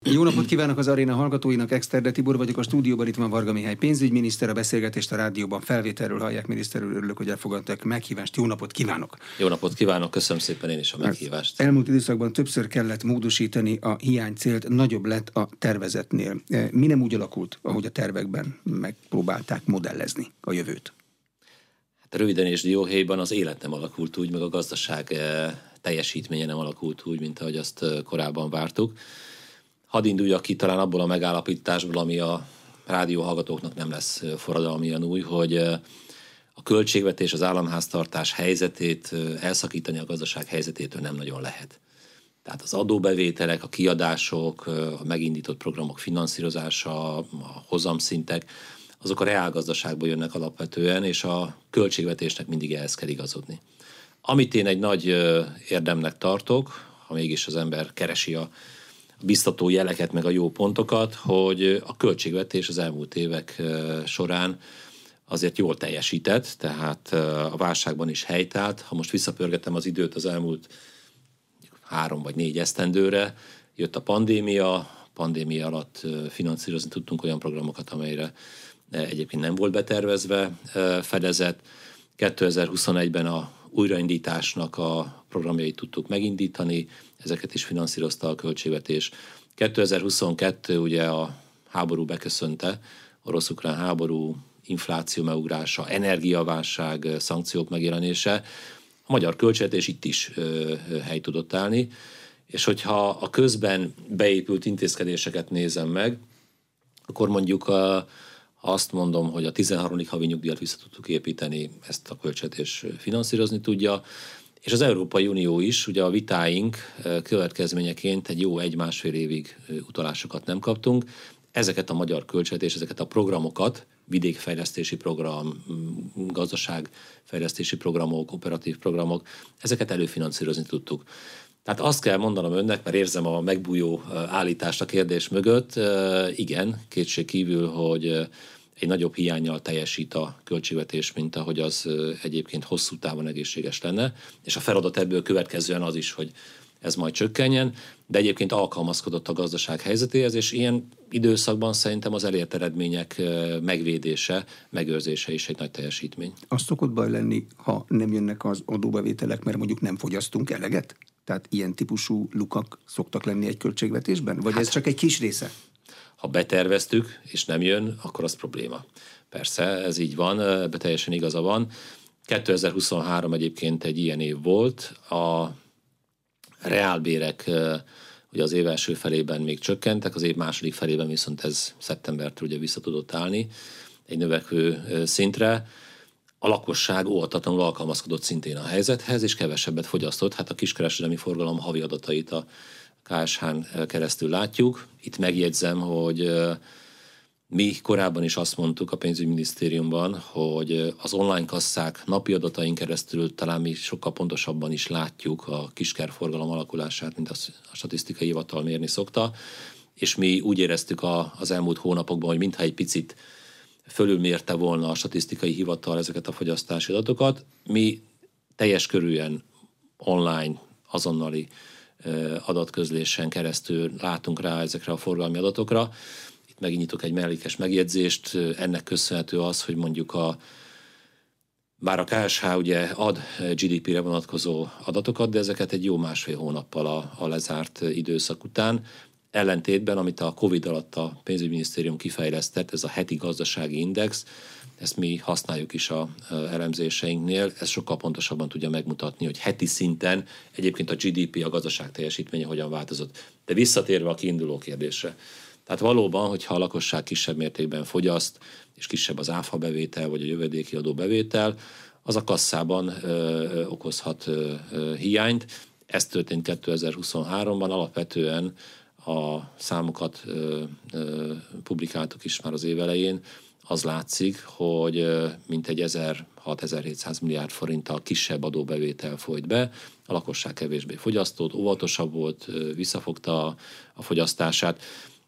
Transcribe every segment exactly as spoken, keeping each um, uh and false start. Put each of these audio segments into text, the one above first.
Jó napot kívánok az Aréna hallgatóinak, Exterde Tibor vagyok, a stúdióban itt van Varga Mihály pénzügyminiszter, a beszélgetést a rádióban felvételről hallják. Miniszter úr, örülök, hogy elfogadtak meghívást. Jó napot kívánok! Jó napot kívánok, köszönöm szépen én is a meghívást. Elmúlt időszakban többször kellett módosítani a hiánycélt, nagyobb lett a tervezetnél. Mi nem úgy alakult, ahogy a tervekben megpróbálták modellezni a jövőt? Hát röviden és dióhéjban az élet nem alakult úgy, meg a gazdaság teljesítménye nem alakult úgy, mint ahogy azt korábban vártuk. Hadd induljak ki talán abból a megállapításból, ami a rádióhallgatóknak nem lesz forradalmian új, hogy a költségvetés, az államháztartás helyzetét elszakítani a gazdaság helyzetétől nem nagyon lehet. Tehát az adóbevételek, a kiadások, a megindított programok finanszírozása, a hozamszintek, azok a reálgazdaságból jönnek alapvetően, és a költségvetésnek mindig ehhez kell igazodni. Amit én egy nagy érdemnek tartok, ha mégis az ember keresi a biztató jeleket, meg a jó pontokat, hogy a költségvetés az elmúlt évek során azért jól teljesített, tehát a válságban is helytált. Ha most visszapörgetem az időt az elmúlt három vagy négy esztendőre, jött a pandémia, pandémia alatt finanszírozni tudtunk olyan programokat, amelyre egyébként nem volt betervezve fedezet. kétezer-huszonegyben a újraindításnak a programjait tudtuk megindítani, ezeket is finanszírozta a költségvetés. kétezer-huszonkettő ugye a háború beköszönte, orosz-ukrán háború, infláció megugrása, energiaválság, szankciók megjelenése. A magyar költségvetés itt is ö, ö, hely tudott állni, és hogyha a közben beépült intézkedéseket nézem meg, akkor mondjuk a, azt mondom, hogy a tizenharmadik havi nyugdíjat vissza tudtuk építeni, ezt a költségvetés finanszírozni tudja, és az Európai Unió is, ugye a vitáink következményeként egy jó egy-másfél évig utalásokat nem kaptunk. Ezeket a magyar költségvetés, ezeket a programokat, vidékfejlesztési program, gazdaságfejlesztési programok, operatív programok, ezeket előfinanszírozni tudtuk. Tehát azt kell mondanom önnek, mert érzem a megbújó állítást a kérdés mögött, igen, kétség kívül, hogy egy nagyobb hiánnyal teljesít a költségvetés, mint ahogy az egyébként hosszú távon egészséges lenne, és a feladat ebből következően az is, hogy ez majd csökkenjen, de egyébként alkalmazkodott a gazdaság helyzetéhez, és ilyen időszakban szerintem az elért eredmények megvédése, megőrzése is egy nagy teljesítmény. Az szokott baj lenni, ha nem jönnek az adóbevételek, mert mondjuk nem fogyasztunk eleget? Tehát ilyen típusú lukak szoktak lenni egy költségvetésben? Vagy hát, ez csak egy kis része? Ha beterveztük, és nem jön, akkor az probléma. Persze, ez így van, ebbe teljesen igaza van. kétezer-huszonhárom egyébként egy ilyen év volt. A reálbérek ugye az év első felében még csökkentek, az év második felében viszont ez szeptembertől ugye vissza tudott állni egy növekvő szintre. A lakosság óvatatlanul alkalmazkodott szintén a helyzethez, és kevesebbet fogyasztott. Hát a kiskereskedelmi forgalom havi adatait a ká es hán keresztül látjuk. Itt megjegyzem, hogy mi korábban is azt mondtuk a pénzügyminisztériumban, hogy az online kasszák napi adatain keresztül talán mi sokkal pontosabban is látjuk a kiskerforgalom alakulását, mint a statisztikai hivatal mérni szokta, és mi úgy éreztük a, az elmúlt hónapokban, hogy mintha egy picit fölülmérte volna a statisztikai hivatal ezeket a fogyasztási adatokat. Mi teljes körűen online, azonnali adatközlésen keresztül látunk rá ezekre a forgalmi adatokra. Itt megint nyitok egy mellékes megjegyzést, ennek köszönhető az, hogy mondjuk a bár a ká es há ugye ad gé dé pére vonatkozó adatokat, de ezeket egy jó másfél hónappal a, a lezárt időszak után. Ellentétben, amit a Covid alatt a pénzügyminisztérium kifejlesztett, ez a heti gazdasági index, ezt mi használjuk is a elemzéseinknél, ez sokkal pontosabban tudja megmutatni, hogy heti szinten egyébként a gé dé pé, a gazdaság teljesítménye hogyan változott. De visszatérve a kiinduló kérdésre. Tehát valóban, hogyha a lakosság kisebb mértékben fogyaszt, és kisebb az áfa bevétel, vagy a jövedéki adó bevétel, az a kasszában ö, okozhat ö, ö, hiányt. Ez történt kétezer-huszonháromban, alapvetően a számokat ö, ö, publikáltuk is már az év elején, az látszik, hogy mintegy ezerhatszáz-ezerhétszáz milliárd forinttal kisebb adóbevétel folyt be, a lakosság kevésbé fogyasztott, óvatosabb volt, visszafogta a fogyasztását,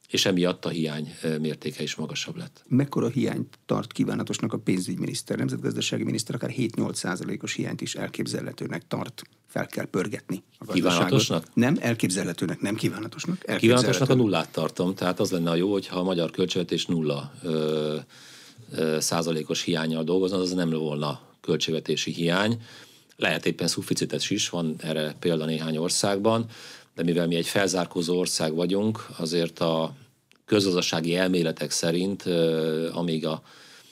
és emiatt a hiány mértéke is magasabb lett. Mekkora hiányt tart kívánatosnak a pénzügyminiszter, nemzetgazdasági miniszter, akár hét-nyolc százalékos hiányt is elképzelhetőnek tart, fel kell pörgetni a gazdaságot. Kívánatosnak? Nem, elképzelhetőnek, nem kívánatosnak. Kívánatosnak a nullát tartom, tehát az lenne a jó, hogyha a magyar költségvetés nulla ö, ö, százalékos hiánnyal dolgozna, az nem volna költségvetési hiány. Lehet éppen szuficites is, van erre példa néhány országban, de mivel mi egy felzárkózó ország vagyunk, azért a közgazdasági elméletek szerint, amíg a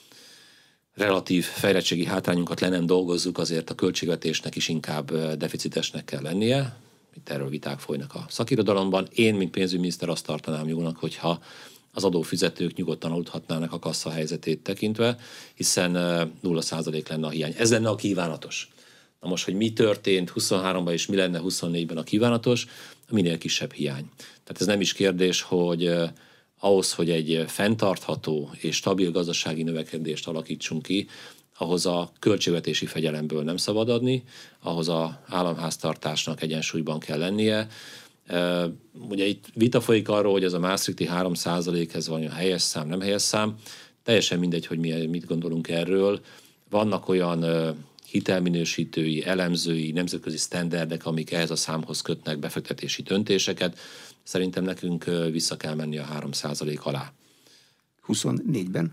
relatív fejlettségi hátrányunkat le nem dolgozzuk, azért a költségvetésnek is inkább deficitesnek kell lennie. Itt erről viták folynak a szakirodalomban. Én, mint pénzügyminiszter azt tartanám jónak, hogyha az adófizetők nyugodtan aludhatnának a kassa helyzetét tekintve, hiszen nulla százalék lenne a hiány. Ez lenne a kívánatos. Na most, hogy mi történt huszonháromban és mi lenne huszonnégyben a kívánatos, a minél kisebb hiány. Tehát ez nem is kérdés, hogy eh, ahhoz, hogy egy fenntartható és stabil gazdasági növekedést alakítsunk ki, ahhoz a költségvetési fegyelemből nem szabad adni, ahhoz az államháztartásnak egyensúlyban kell lennie. Eh, ugye itt vita folyik arról, hogy ez a Maastrichti három százalék, ez van a helyes szám, nem helyes szám. Teljesen mindegy, hogy mi, mit gondolunk erről. Vannak olyan eh, hitelminősítői, elemzői, nemzetközi sztenderdek, amik ehhez a számhoz kötnek befektetési döntéseket. Szerintem nekünk vissza kell menni a három százalék alá. huszonnégyben?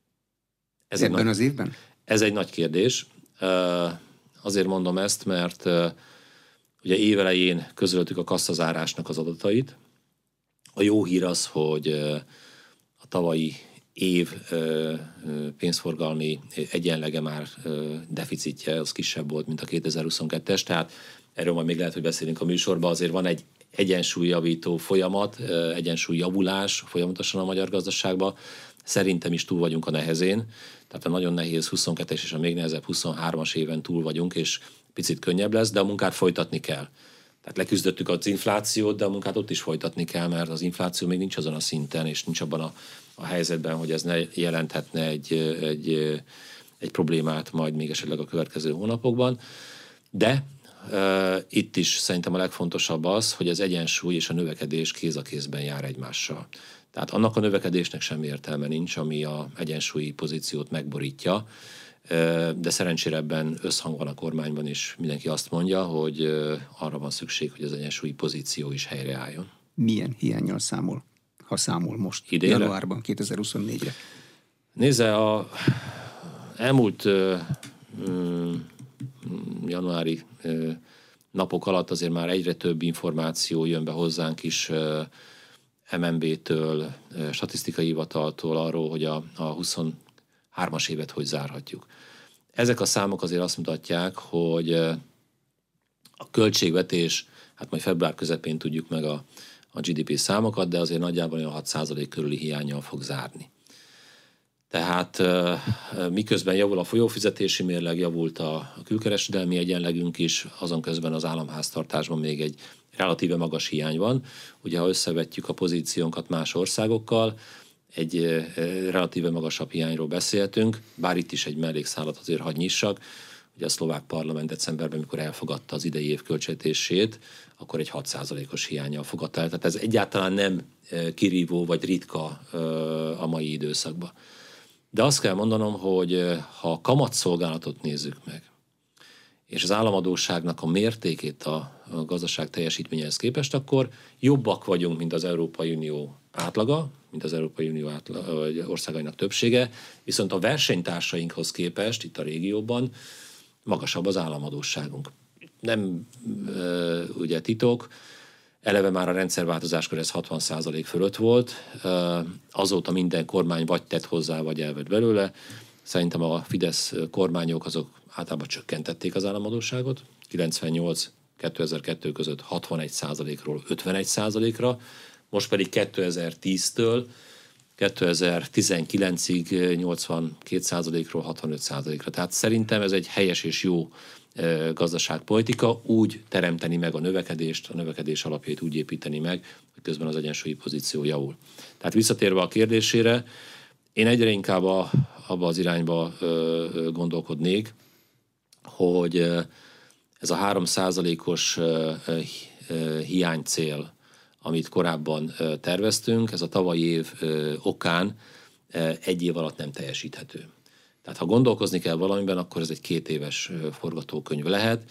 Ez Ebben nagy, az évben? Ez egy nagy kérdés. Azért mondom ezt, mert ugye évelején közöltük a kasszazárásnak az adatait. A jó hír az, hogy a tavalyi év pénzforgalmi egyenlege már deficitje, az kisebb volt, mint a kétezer-huszonkettes, tehát erről majd még lehet, hogy beszélünk a műsorban, azért van egy egyensúlyjavító folyamat, egyensúlyjavulás folyamatosan a magyar gazdaságban. Szerintem is túl vagyunk a nehezén, tehát a nagyon nehéz huszonkettes és a még nehezebb huszonhármas éven túl vagyunk, és picit könnyebb lesz, de a munkát folytatni kell. Tehát leküzdöttük az inflációt, de a munkát ott is folytatni kell, mert az infláció még nincs azon a szinten, és nincs abban a, a helyzetben, hogy ez ne jelenthetne egy, egy, egy problémát majd még esetleg a következő hónapokban. De uh, itt is szerintem a legfontosabb az, hogy az egyensúly és a növekedés kéz a kézben jár egymással. Tehát annak a növekedésnek semmi értelme nincs, ami a egyensúlyi pozíciót megborítja, de szerencsére ebben összhang van a kormányban, és mindenki azt mondja, hogy arra van szükség, hogy az egyensúlyi pozíció is helyreálljon. Milyen hiánnyal számol, ha számol most, idénre? Januárban, kétezer-huszonnégyre? Nézze, a elmúlt uh, januári uh, napok alatt azért már egyre több információ jön be hozzánk is uh, em en bé-től, uh, statisztikai hivataltól arról, hogy a, a huszonhármas évet hogy zárhatjuk. Ezek a számok azért azt mutatják, hogy a költségvetés, hát majd február közepén tudjuk meg a, a gé dé pé számokat, de azért nagyjából olyan hat százalék körüli hiánnyal fog zárni. Tehát miközben javul a folyófizetési mérleg, javult a külkereskedelmi egyenlegünk is, azon közben az államháztartásban még egy relatíve magas hiány van. Ugye, ha összevetjük a pozíciónkat más országokkal, egy relatíve magasabb hiányról beszéltünk, bár itt is egy mellékszálat azért hadd nyissak. Ugye a szlovák parlament decemberben, amikor elfogadta az idei év költségvetését, akkor egy hat százalékos hiánnyal fogadta el. Tehát ez egyáltalán nem kirívó vagy ritka a mai időszakban. De azt kell mondanom, hogy ha a kamatszolgálatot nézzük meg, és az államadósságnak a mértékét a, a gazdaság teljesítményhez képest, akkor jobbak vagyunk, mint az Európai Unió átlaga, mint az Európai Unió átlaga, országainak többsége, viszont a versenytársainkhoz képest itt a régióban magasabb az államadósságunk. Nem e, ugye titok, eleve már a rendszerváltozáskor ez hatvan százalék fölött volt, e, azóta minden kormány vagy tett hozzá, vagy elvett belőle. Szerintem a Fidesz kormányok azok általában csökkentették az államadósságot, kilencvennyolc kétezer-kettő között hatvanegy százalékról ötvenegy százalékra, most pedig kétezer-tíztől kétezer-tizenkilencig nyolcvankét százalékról hatvanöt százalékra. Tehát szerintem ez egy helyes és jó gazdaságpolitika, úgy teremteni meg a növekedést, a növekedés alapjait úgy építeni meg, hogy közben az egyensúlyi pozíció javul. Tehát visszatérve a kérdésére, én egyre inkább a, abba az irányba ö, gondolkodnék, hogy ez a három százalékos hiánycél, amit korábban terveztünk, ez a tavalyi év okán egy év alatt nem teljesíthető. Tehát ha gondolkozni kell valamiben, akkor ez egy két éves forgatókönyv lehet,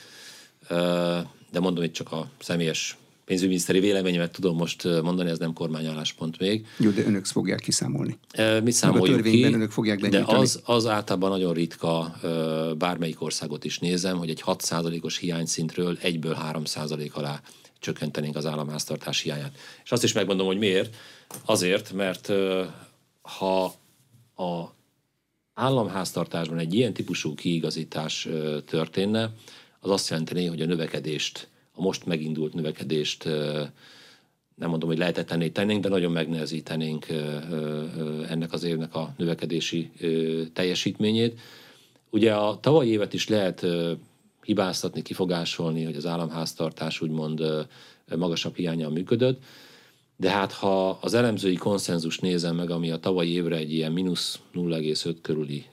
de mondom, itt csak a személyes pénzügyminiszteri véleményemet tudom most mondani, ez nem kormánylláspont még. Jó, de önök fogják kiszámolni. Mi számoljuk ki, önök fogják benyújtani. De az, az általában nagyon ritka, bármelyik országot is nézem, hogy egy hat százalékos hiányszintről egyből három százalék alá csökkentenénk az államháztartás hiányát. És azt is megmondom, hogy miért. Azért, mert ha a államháztartásban egy ilyen típusú kiigazítás történne, az azt jelenteni, hogy a növekedést, a most megindult növekedést nem mondom, hogy lehetetlenné tennénk, de nagyon megnehezítenénk ennek az évnek a növekedési teljesítményét. Ugye a tavalyi évet is lehet hibáztatni, kifogásolni, hogy az államháztartás úgymond magasabb hiánnyal működött, de hát ha az elemzői konszenzus nézem meg, ami a tavalyi évre egy ilyen mínusz nulla egész öt körüli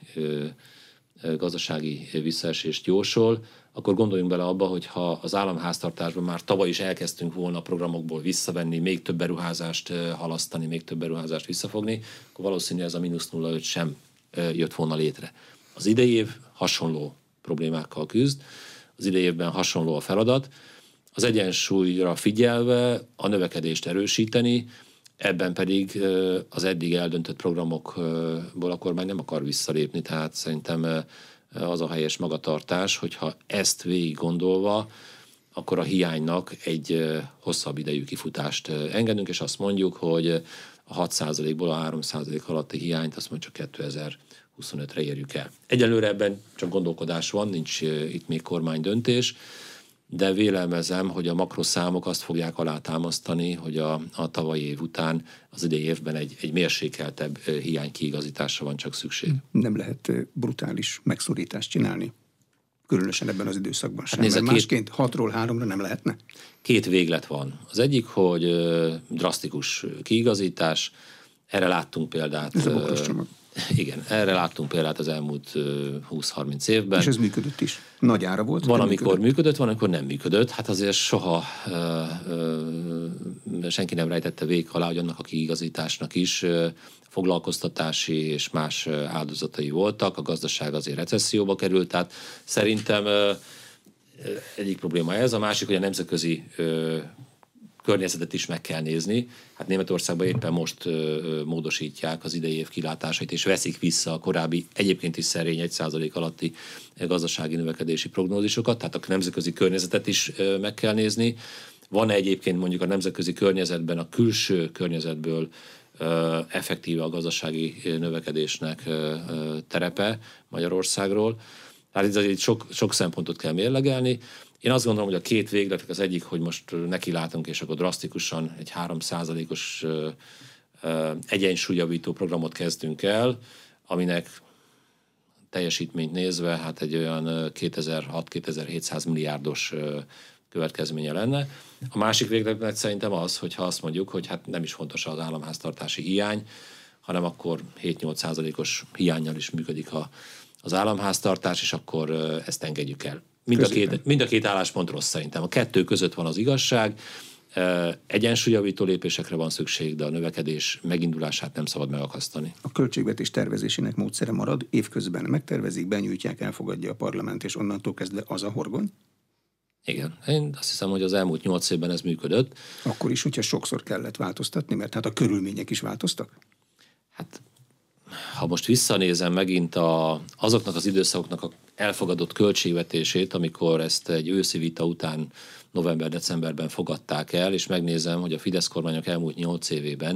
gazdasági visszaesést jósol, akkor gondoljunk bele abba, hogy ha az államháztartásban már tavaly is elkezdtünk volna a programokból visszavenni, még több beruházást halasztani, még több beruházást visszafogni, akkor valószínűleg ez a mínusz nulla egész öt sem jött volna létre. Az idei év hasonló problémákkal küzd, az idei évben hasonló a feladat, az egyensúlyra figyelve a növekedést erősíteni, ebben pedig az eddig eldöntött programokból a kormány nem akar visszalépni, tehát szerintem az a helyes magatartás, hogyha ezt végig gondolva, akkor a hiánynak egy hosszabb idejű kifutást engedünk, és azt mondjuk, hogy a hat százalékból a három százalék alatti hiányt azt mondjuk csak kétezer-huszonötre érjük el. Egyelőre ebben csak gondolkodás van, nincs itt még kormánydöntés, de vélelmezem, hogy a makroszámok azt fogják alátámasztani, hogy a, a tavalyi év után az idei évben egy, egy mérsékeltebb hiánykiigazításra van csak szükség. Nem lehet brutális megszorítást csinálni, különösen ebben az időszakban sem, hát nézze, mert másként két, hatról háromra nem lehetne. Két véglet van. Az egyik, hogy drasztikus kiigazítás, erre láttunk példát. Ez a bokros csomag. Igen, erre láttunk példát az elmúlt húsz-harminc évben. És ez működött is. Nagy ára volt. Van, amikor működött. működött, van, amikor nem működött. Hát azért soha ö, ö, senki nem rejtette vég alá, hogy annak a kiigazításnak is ö, foglalkoztatási és más áldozatai voltak. A gazdaság azért recesszióba került, tehát szerintem ö, egyik probléma ez. A másik, hogy a nemzetközi ö, környezetet is meg kell nézni. Hát Németországban éppen most ö, módosítják az idei év kilátásait, és veszik vissza a korábbi, egyébként is szerény egy százalék alatti gazdasági növekedési prognózisokat, tehát a nemzetközi környezetet is ö, meg kell nézni. Van egyébként mondjuk a nemzetközi környezetben, a külső környezetből ö, effektíve a gazdasági növekedésnek ö, ö, terepe Magyarországról. Tehát itt sok, sok szempontot kell mérlegelni. Én azt gondolom, hogy a két végletek az egyik, hogy most nekilátunk, és akkor drasztikusan egy három százalékos egyensúlyjavító programot kezdünk el, aminek teljesítményt nézve hát egy olyan kétezer-hat-kétezer-hétszáz milliárdos következménye lenne. A másik véglet szerintem az, hogy ha azt mondjuk, hogy hát nem is fontos az államháztartási hiány, hanem akkor hét-nyolc százalékos hiánnyal is működik a, az államháztartás, és akkor ezt engedjük el. Mind a, két, mind a két álláspont rossz szerintem. A kettő között van az igazság, egyensúlyjavító lépésekre van szükség, de a növekedés megindulását nem szabad megakasztani. A költségvetés tervezésének módszere marad, évközben megtervezik, benyújtják, elfogadja a parlament, és onnantól kezdve az a horgony? Igen. Én azt hiszem, hogy az elmúlt nyolc évben ez működött. Akkor is, hogyha sokszor kellett változtatni, mert hát a körülmények is változtak? Hát, ha most visszanézem megint a, azoknak az időszakoknak a elfogadott költségvetését, amikor ezt egy őszi vita után november-decemberben fogadták el, és megnézem, hogy a Fidesz kormányok elmúlt nyolc évében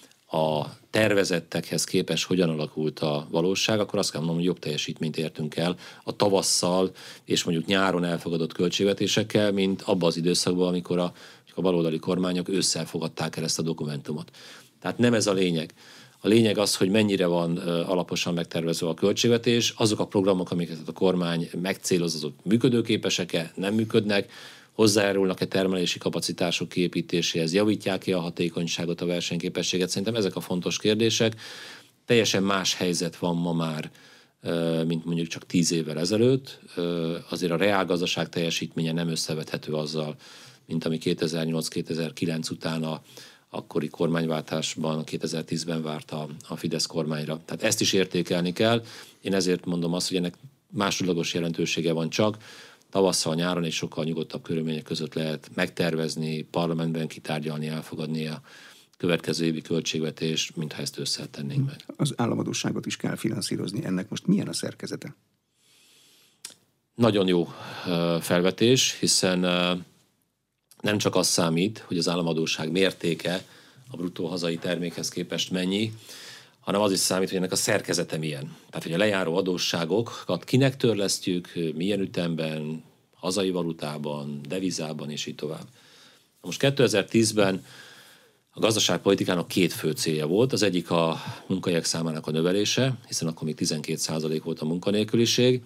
a tervezettekhez képest hogyan alakult a valóság, akkor azt kell mondanom, hogy jobb teljesítményt értünk el a tavasszal és mondjuk nyáron elfogadott költségvetésekkel, mint abban az időszakban, amikor a, a baloldali kormányok ősszel fogadták el ezt a dokumentumot. Tehát nem ez a lényeg. A lényeg az, hogy mennyire van alaposan megtervezve a költségvetés, azok a programok, amiket a kormány megcéloz, azok működőképesek-e, nem működnek, hozzájárulnak-e termelési kapacitások kiépítéséhez, javítják-e a hatékonyságot, a versenyképességet. Szerintem ezek a fontos kérdések. Teljesen más helyzet van ma már, mint mondjuk csak tíz évvel ezelőtt. Azért a reálgazdaság teljesítménye nem összevethető azzal, mint ami kétezer-nyolc-kétezer-kilenc után a akkori kormányváltásban, kétezer-tízben várt a, a Fidesz kormányra. Tehát ezt is értékelni kell. Én ezért mondom azt, hogy ennek másodlagos jelentősége van csak. Tavasszal, nyáron egy sokkal nyugodtabb körülmények között lehet megtervezni, parlamentben kitárgyalni, elfogadni a következő évi költségvetést, mintha ezt összetennénk meg. Az államadósságot is kell finanszírozni. Ennek most milyen a szerkezete? Nagyon jó felvetés, hiszen nem csak az számít, hogy az államadósság mértéke a bruttó hazai termékhez képest mennyi, hanem az is számít, hogy ennek a szerkezete milyen. Tehát, hogy a lejáró adósságokat kinek törlesztjük, milyen ütemben, hazai valutában, devizában, és így tovább. Most kétezer-tízben a gazdaságpolitikának két fő célja volt. Az egyik a munkahelyek számának a növelése, hiszen akkor még tizenkét százalék volt a munkanélküliség,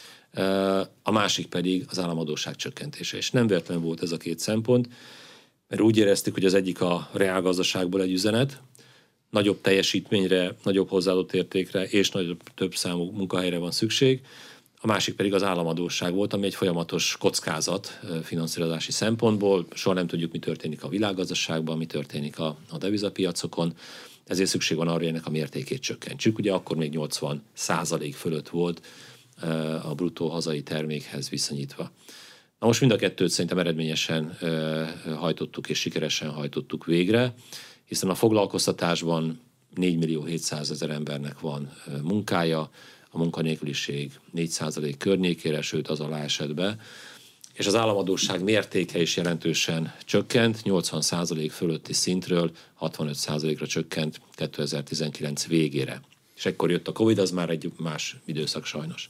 a másik pedig az államadósság csökkentése. És nem véletlen volt ez a két szempont, mert úgy éreztük, hogy az egyik a reálgazdaságból egy üzenet, nagyobb teljesítményre, nagyobb hozzáadott értékre és nagyobb több számú munkahelyre van szükség, a másik pedig az államadósság volt, ami egy folyamatos kockázat finanszírozási szempontból. Soha nem tudjuk, mi történik a világgazdaságban, mi történik a, a devizapiacokon, ezért szükség van arra, hogy ennek a mértékét csökkentsük. Ugye akkor még nyolcvan százalék fölött volt a bruttó hazai termékhez viszonyítva. Na most mind a kettőt szerintem eredményesen hajtottuk és sikeresen hajtottuk végre, hiszen a foglalkoztatásban négy millió hétszázezer embernek van munkája, a munkanélküliség négy százalék környékére, sőt az alá esett be, és az államadósság mértéke is jelentősen csökkent, nyolcvan százalék fölötti szintről hatvanöt százalékra csökkent kétezer-tizenkilenc végére. És ekkor jött a Covid, az már egy más időszak sajnos.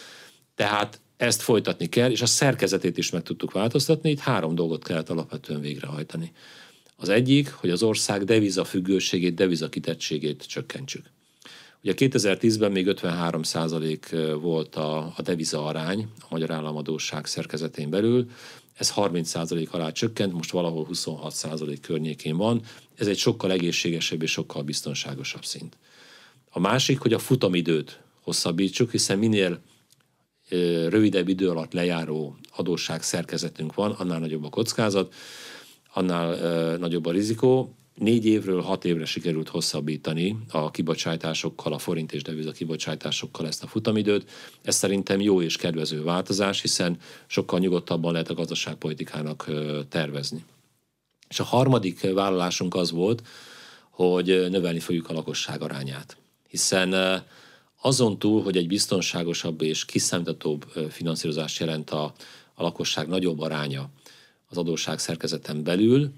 Tehát ezt folytatni kell, és a szerkezetét is meg tudtuk változtatni, itt három dolgot kellett alapvetően végrehajtani. Az egyik, hogy az ország deviza függőségét, deviza kitettségét csökkentsük. Ugye kétezer-tízben még ötvenhárom százalék volt a, a deviza arány a magyar államadósság szerkezetén belül, ez harminc százalék alá csökkent, most valahol huszonhat százalék környékén van, ez egy sokkal egészségesebb és sokkal biztonságosabb szint. A másik, hogy a futamidőt hosszabbítsuk, hiszen minél rövidebb idő alatt lejáró adósság szerkezetünk van, annál nagyobb a kockázat, annál uh, nagyobb a rizikó. Négy évről hat évre sikerült hosszabbítani a kibocsátásokkal, a forint és deviza kibocsátásokkal ezt a futamidőt. Ez szerintem jó és kedvező változás, hiszen sokkal nyugodtabban lehet a gazdaságpolitikának uh, tervezni. És a harmadik vállalásunk az volt, hogy növelni fogjuk a lakosság arányát. Hiszen uh, azon túl, hogy egy biztonságosabb és kiszámíthatóbb finanszírozást jelent a, a lakosság nagyobb aránya az adósság szerkezeten belül,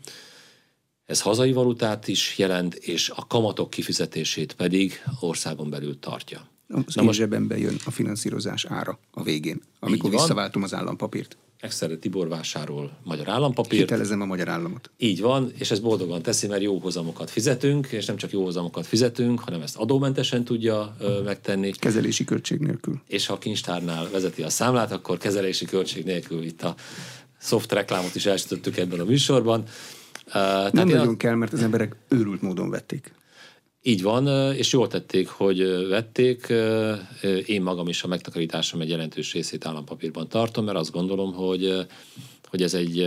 ez hazai valutát is jelent, és a kamatok kifizetését pedig országon belül tartja. Az én most... zsebemben jön a finanszírozás ára a végén, amikor visszaváltom az állampapírt. Egyszerre Tibor vásárol magyar állampapírt. Hitelezem a magyar államot. Így van, és ez boldogan teszi, mert jó hozamokat fizetünk, és nem csak jó hozamokat fizetünk, hanem ezt adómentesen tudja ö, megtenni. Kezelési költség nélkül. És ha a kincstárnál vezeti a számlát, akkor kezelési költség nélkül itt a soft reklámot is elsütöttük ebben a műsorban. Uh, nem nagyon a... kell, mert az emberek őrült módon vették. Így van, és jól tették, hogy vették. Én magam is a megtakarításom egy jelentős részét állampapírban tartom, mert azt gondolom, hogy, hogy ez egy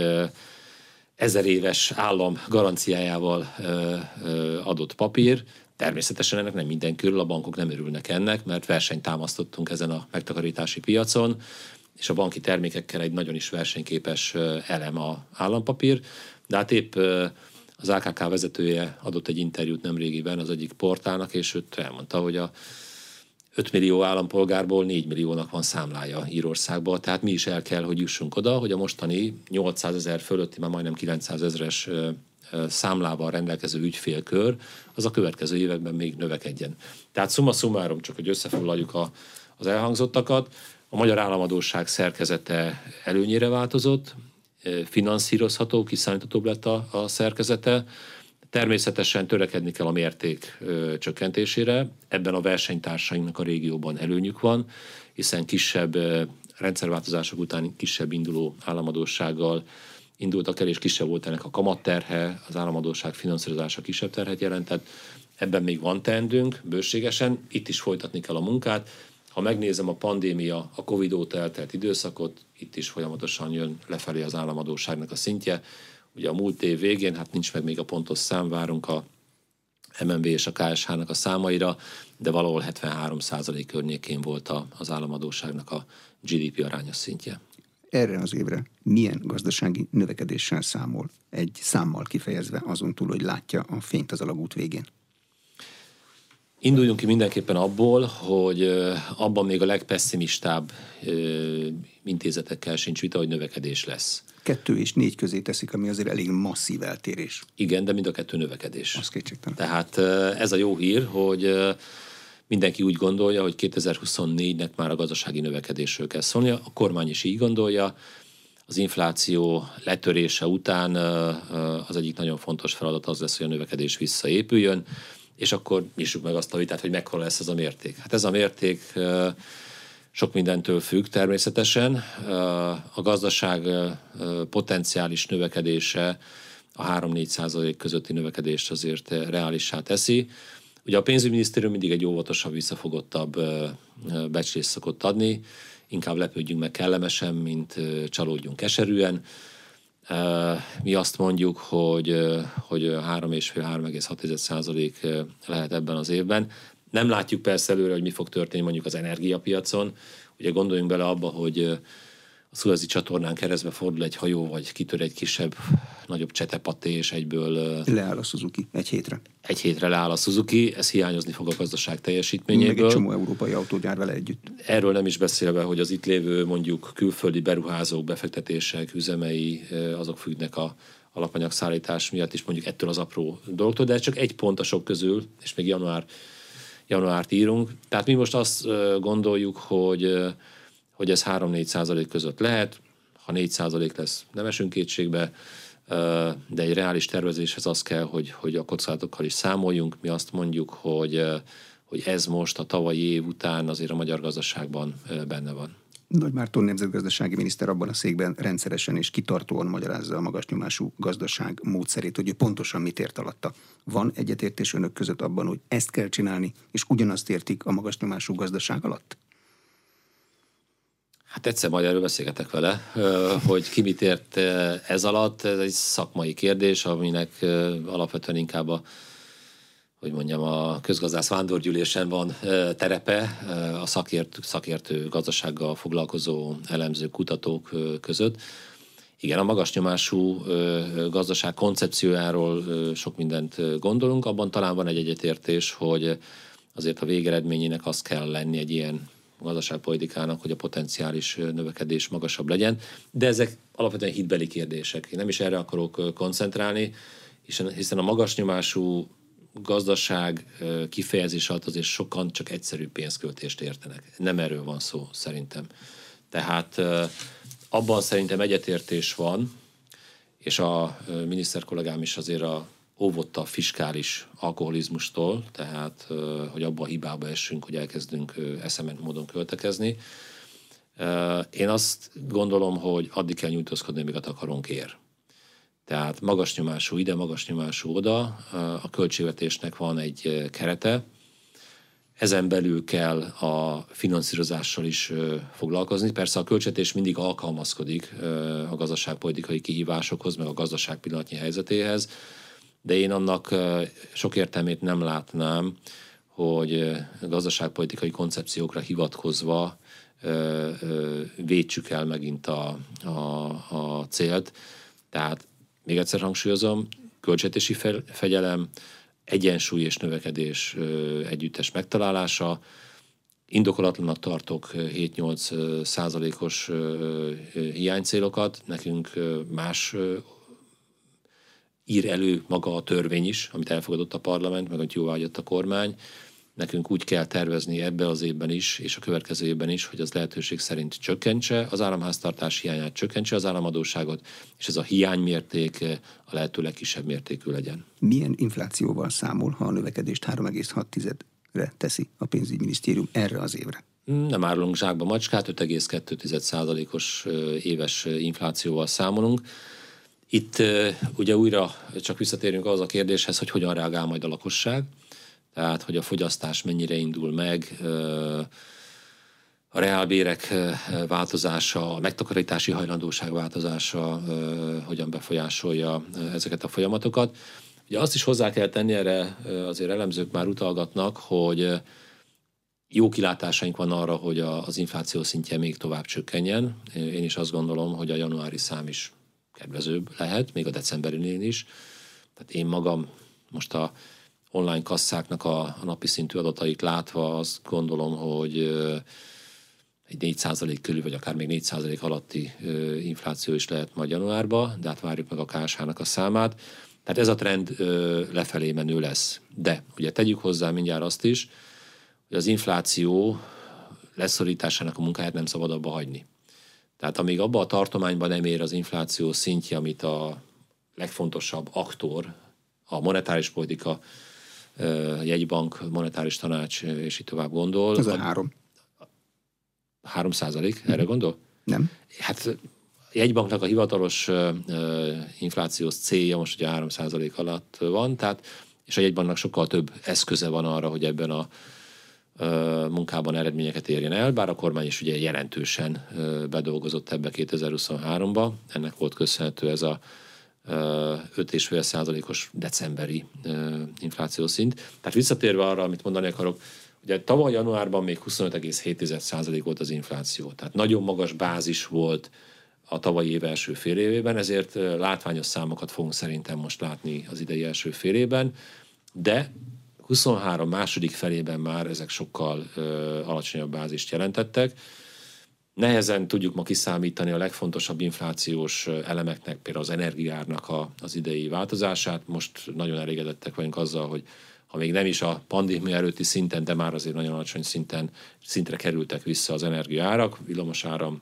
ezer éves állam garanciájával adott papír. Természetesen ennek nem minden körül, a bankok nem örülnek ennek, mert versenyt támasztottunk ezen a megtakarítási piacon, és a banki termékekkel egy nagyon is versenyképes elem a állampapír. De hát épp az á ká ká vezetője adott egy interjút nemrégiben az egyik portálnak, és őt elmondta, hogy a öt millió állampolgárból négy milliónak van számlája Írországban, tehát mi is el kell, hogy jussunk oda, hogy a mostani nyolcszázezer fölötti, már majdnem kilencszázezres számlával rendelkező ügyfélkör, az a következő években még növekedjen. Tehát summa summarum, csak hogy összefoglaljuk a, az elhangzottakat, a magyar államadósság szerkezete előnyére változott, finanszírozható, kiszámíthatóbb lett a, a szerkezete. Természetesen törekedni kell a mérték ö, csökkentésére. Ebben a versenytársainknak a régióban előnyük van, hiszen kisebb ö, rendszerváltozások után kisebb induló államadóssággal indultak el, és kisebb volt ennek a kamatterhe, az államadósság finanszírozása kisebb terhet jelentett. Ebben még van teendőnk, bőségesen, itt is folytatni kell a munkát. Ha megnézem a pandémia, a Covid óta eltelt időszakot, itt is folyamatosan jön lefelé az államadósságnak a szintje. Ugye a múlt év végén, hát nincs meg még a pontos szám, várunk a em en bé és a ká es há-nak a számaira, de valahol hetvenhárom százalék környékén volt az államadósságnak a gé dé pé arányos szintje. Erre az évre milyen gazdasági növekedéssel számol, egy számmal kifejezve, azon túl, hogy látja a fényt az alagút végén? Induljunk ki mindenképpen abból, hogy abban még a legpesszimistább intézetekkel sincs vita, hogy növekedés lesz. Kettő és négy közé teszik, ami azért elég masszív eltérés. Igen, de mind a kettő növekedés. Az kétségtelen. Tehát ez a jó hír, hogy mindenki úgy gondolja, hogy kétezer-huszonnégynek már a gazdasági növekedésről kell szólnia. A kormány is így gondolja. Az infláció letörése után az egyik nagyon fontos feladat az lesz, hogy a növekedés visszaépüljön, és akkor nyissuk meg azt a vitát, hogy mekkora lesz ez a mérték. Hát ez a mérték sok mindentől függ természetesen. A gazdaság potenciális növekedése a három-négy százalék közötti növekedést azért reálissá teszi. Ugye a pénzügyminisztérium mindig egy óvatosabb, visszafogottabb becslést szokott adni, inkább lepődjünk meg kellemesen, mint csalódjunk keserűen. Mi azt mondjuk, hogy, hogy három egész öt három egész hat százalék lehet ebben az évben. Nem látjuk persze előre, hogy mi fog történni mondjuk az energiapiacon. Ugye gondoljunk bele abba, hogy a Szuezi csatornán keresztbe fordul egy hajó, vagy kitör egy kisebb, nagyobb csetepaté, és egyből... Leáll a Suzuki egy hétre. Egy hétre leáll a Suzuki, ez hiányozni fog a gazdaság teljesítményéből. Meg egy csomó európai autógyár vele együtt. Erről nem is beszélve, hogy az itt lévő mondjuk külföldi beruházók, befektetések, üzemei, azok függnek a alapanyagszállítás miatt is mondjuk ettől az apró dolgtól, de ez csak egy pont a sok közül, és még január, januárt írunk. Tehát mi most azt gondoljuk, hogy hogy ez három-négy százalék között lehet, ha négy százalék lesz, nem esünk kétségbe, de egy reális tervezéshez az kell, hogy, hogy a kockázatokkal is számoljunk. Mi azt mondjuk, hogy, hogy ez most a tavalyi év után azért a magyar gazdaságban benne van. Nagy Márton nemzetgazdasági miniszter abban a székben rendszeresen és kitartóan magyarázza a magasnyomású gazdaság módszerét, hogy ő pontosan mit ért alatta. Van egyetértés önök között abban, hogy ezt kell csinálni, és ugyanazt értik a magasnyomású gazdaság alatt? Hát egyszer majd erről beszélgetek vele, hogy ki mit ért ez alatt. Ez egy szakmai kérdés, aminek alapvetően inkább a, hogy mondjam, a közgazdász vándorgyűlésen van terepe a szakértő, szakértő gazdasággal foglalkozó elemzők, kutatók között. Igen, a magasnyomású gazdaság koncepciójáról sok mindent gondolunk, abban talán van egy egyetértés, hogy azért a végeredményének az kell lenni egy ilyen gazdaságpolitikának, hogy a potenciális növekedés magasabb legyen, de ezek alapvetően hitbeli kérdések. Én nem is erre akarok koncentrálni, hiszen a magas nyomású gazdaság kifejezés alatt azért sokan csak egyszerű pénzköltést értenek. Nem erről van szó szerintem. Tehát abban szerintem egyetértés van, és a miniszter kollégám is azért a óvott a fiskális alkoholizmustól, tehát hogy abba a hibába essünk, hogy elkezdünk eszement módon költekezni. Én azt gondolom, hogy addig kell nyújtózkodni, amíg a takarónk ér. Tehát magas nyomású ide, magas nyomású oda, a költségvetésnek van egy kerete, ezen belül kell a finanszírozással is foglalkozni. Persze a költségvetés mindig alkalmazkodik a gazdaságpolitikai kihívásokhoz, meg a gazdaság pillanatnyi helyzetéhez, de én annak sok értelmét nem látnám, hogy gazdaságpolitikai koncepciókra hivatkozva védsük el megint a, a, a célt. Tehát még egyszer hangsúlyozom, költségvetési fegyelem, egyensúly és növekedés együttes megtalálása. Indokolatlanak tartok hét-nyolc százalékos hiánycélokat, nekünk más ír elő maga a törvény is, amit elfogadott a parlament, meg amit jóváhagyott a kormány. Nekünk úgy kell tervezni ebbe az évben is, és a következő évben is, hogy az lehetőség szerint csökkentse az államháztartás hiányát, csökkentse az államadósságot, és ez a hiánymérték a lehető legkisebb mértékű legyen. Milyen inflációval számol, ha a növekedést három egész hat-re teszi a pénzügyminisztérium erre az évre? Nem árulunk zsákba macskát, öt egész kettő százalékos éves inflációval számolunk. Itt ugye újra csak visszatérünk az a kérdéshez, hogy hogyan reagál majd a lakosság, tehát hogy a fogyasztás mennyire indul meg, a reálbérek változása, a megtakarítási hajlandóság változása hogyan befolyásolja ezeket a folyamatokat. Ugye azt is hozzá kell tenni, erre azért elemzők már utalgatnak, hogy jó kilátásaink van arra, hogy az infláció szintje még tovább csökkenjen. Én is azt gondolom, hogy a januári szám is kedvezőbb lehet, még a decemberinél is. Tehát én magam most a online kasszáknak a, a napi szintű adatait látva azt gondolom, hogy egy négy százalék körül, vagy akár még négy százalék alatti infláció is lehet majd januárban, de hát várjuk meg a ká es há-nak a számát. Tehát ez a trend lefelé menő lesz. De ugye tegyük hozzá mindjárt azt is, hogy az infláció leszorításának a munkáját nem szabad abba hagyni. Tehát amíg abban a tartományban nem ér az infláció szintje, amit a legfontosabb aktor, a monetáris politika, jegybank, monetáris tanács, és így tovább gondol. Ez a három. Három százalék, erre gondol? Nem. Hát jegybanknak a hivatalos uh, inflációs célja most ugye három százalék alatt van, tehát, és a jegybanknak sokkal több eszköze van arra, hogy ebben a uh, munkában eredményeket érjen el, bár a kormány is ugye jelentősen uh, bedolgozott ebbe kétezer-huszonháromba, ennek volt köszönhető ez a uh, öt egész öt százalékos decemberi uh, inflációs szint. Tehát visszatérve arra, amit mondani akarok, ugye tavaly januárban még huszonöt egész hét százalék volt az infláció, tehát nagyon magas bázis volt a tavalyi év első fél évében, ezért látványos számokat fogunk szerintem most látni az idei első fél évben, de huszonhárom második felében már ezek sokkal ö, alacsonyabb bázist jelentettek. Nehezen tudjuk ma kiszámítani a legfontosabb inflációs elemeknek, például az energiárnak a, az idei változását. Most nagyon elégedettek vagyunk azzal, hogy ha még nem is a pandémia előtti szinten, de már azért nagyon alacsony szinten, szintre kerültek vissza az energiaárak, villamosáram,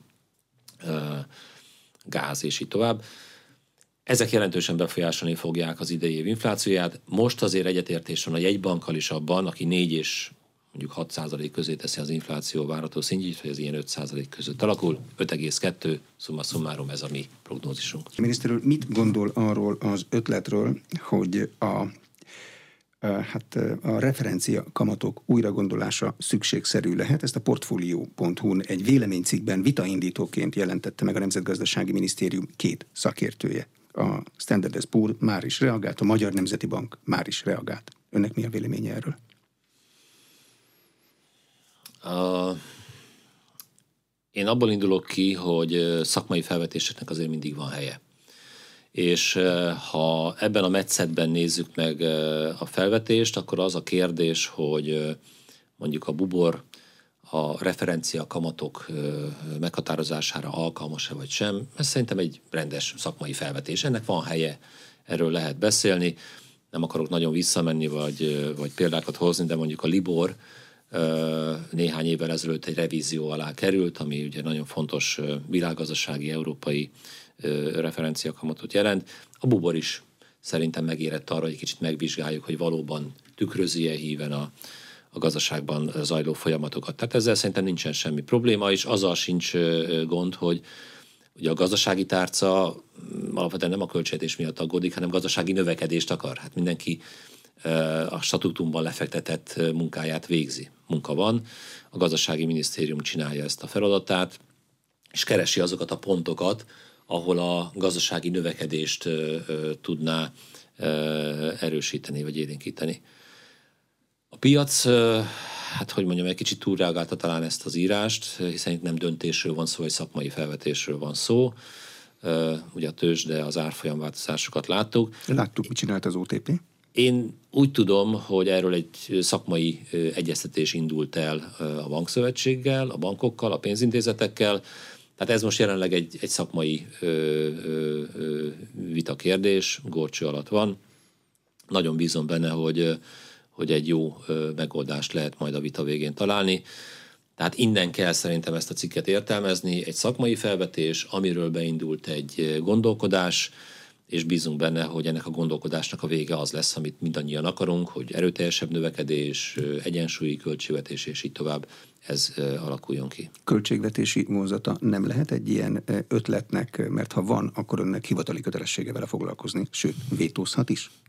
gáz és így tovább. Ezek jelentősen befolyásolni fogják az idei év inflációját. Most azért egyetértés van a jegybankkal is abban, aki négy és mondjuk hat százalék közé teszi az infláció várható szintjét, hogy ez ilyen öt százalék között alakul. öt egész kettő, summa summarum, ez a mi prognózisunk. Miniszter úr, mit gondol arról az ötletről, hogy a Hát a referencia kamatok újragondolása szükségszerű lehet. Ezt a portfolio pont hu-n egy véleménycikkben vitaindítóként jelentette meg a Nemzetgazdasági Minisztérium két szakértője. A Standard and Poor's már is reagált, a Magyar Nemzeti Bank már is reagált. Önnek mi a véleménye erről? Uh, én abból indulok ki, hogy szakmai felvetéseknek azért mindig van helye. És ha ebben a metszetben nézzük meg a felvetést, akkor az a kérdés, hogy mondjuk a bubor a referencia kamatok meghatározására alkalmas-e vagy sem, ez szerintem egy rendes szakmai felvetés. Ennek van helye, erről lehet beszélni. Nem akarok nagyon visszamenni, vagy, vagy példákat hozni, de mondjuk a Libor néhány évvel ezelőtt egy revízió alá került, ami ugye nagyon fontos világgazdasági, európai referenciakamatot jelent. A bubor is szerintem megérett arra, hogy egy kicsit megvizsgáljuk, hogy valóban tükrözi-e híven a, a gazdaságban zajló folyamatokat. Tehát ezzel szerintem nincsen semmi probléma, és azzal sincs gond, hogy ugye a gazdasági tárca alapvetően nem a költségvetés miatt aggódik, hanem gazdasági növekedést akar. Hát mindenki a statutumban lefektetett munkáját végzi. Munka van, a gazdasági minisztérium csinálja ezt a feladatát, és keresi azokat a pontokat, ahol a gazdasági növekedést ö, ö, tudná ö, erősíteni vagy élénkíteni. A piac, ö, hát hogy mondjam, egy kicsit túlreagálta talán ezt az írást, hiszen itt nem döntésről van szó, vagy szakmai felvetésről van szó. Ö, ugye a tőzsde, az árfolyamváltozásokat láttuk. Láttuk, mit csinált az o té pé? Én úgy tudom, hogy erről egy szakmai egyeztetés indult el a bankszövetséggel, a bankokkal, a pénzintézetekkel. Tehát ez most jelenleg egy, egy szakmai ö, ö, ö, vitakérdés, górcső alatt van. Nagyon bízom benne, hogy, hogy egy jó ö, megoldást lehet majd a vita végén találni. Tehát innen kell szerintem ezt a cikket értelmezni. Egy szakmai felvetés, amiről beindult egy gondolkodás, és bízunk benne, hogy ennek a gondolkodásnak a vége az lesz, amit mindannyian akarunk, hogy erőteljesebb növekedés, egyensúlyi költségvetés, és így tovább ez alakuljon ki. Költségvetési vonzata nem lehet egy ilyen ötletnek, mert ha van, akkor önnek hivatali kötelessége vele foglalkozni, sőt, vétózhat is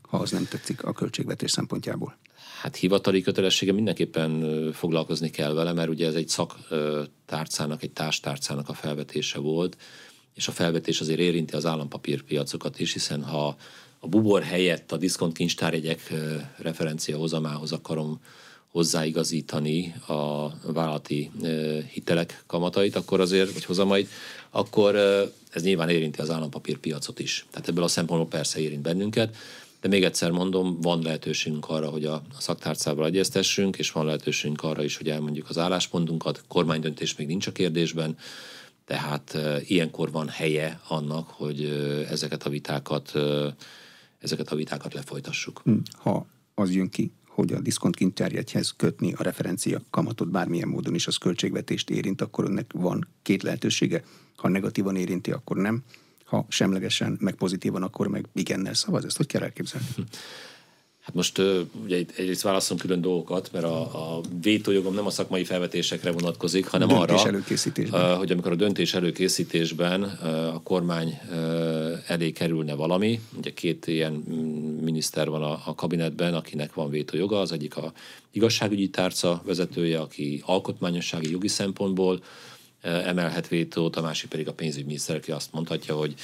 ha az nem tetszik a költségvetés szempontjából? Hát hivatali kötelessége mindenképpen foglalkozni kell vele, mert ugye ez egy szaktárcának, egy társtárcának a felvetése volt, és a felvetés azért érinti az állampapírpiacokat is, hiszen ha a bubor helyett a diszkontkincstárjegyek referencia hozamához akarom hozzáigazítani a vállalati hitelek kamatait, akkor azért, vagy hozamait, akkor ez nyilván érinti az állampapírpiacot is. Tehát ebből a szempontból persze érint bennünket, de még egyszer mondom, van lehetőségünk arra, hogy a szaktárcával egyeztessünk, és van lehetőségünk arra is, hogy elmondjuk az álláspontunkat. Kormánydöntés még nincs a kérdésben, tehát e, ilyenkor van helye annak, hogy e, ezeket a vitákat, e, ezeket a vitákat lefolytassuk. Ha az jön ki, hogy a diszkontkincstárjegyhez kötni a referencia kamatot bármilyen módon is az költségvetést érint, akkor önnek van két lehetősége. Ha negatívan érinti, akkor nem. Ha semlegesen, meg pozitívan, akkor meg igennel szavaz. Ezt hogy kell elképzelni? Hát most ugye egyrészt válaszolom külön dolgokat, mert a, a vétójogom nem a szakmai felvetésekre vonatkozik, hanem döntés arra, előkészítésben. hogy amikor a döntés előkészítésben a kormány elé kerülne valami, ugye két ilyen miniszter van a, a kabinetben, akinek van vétójoga, az egyik a igazságügyi tárca vezetője, aki alkotmányossági jogi szempontból emelhet vétót, a másik pedig a pénzügyminiszter, aki azt mondhatja, hogy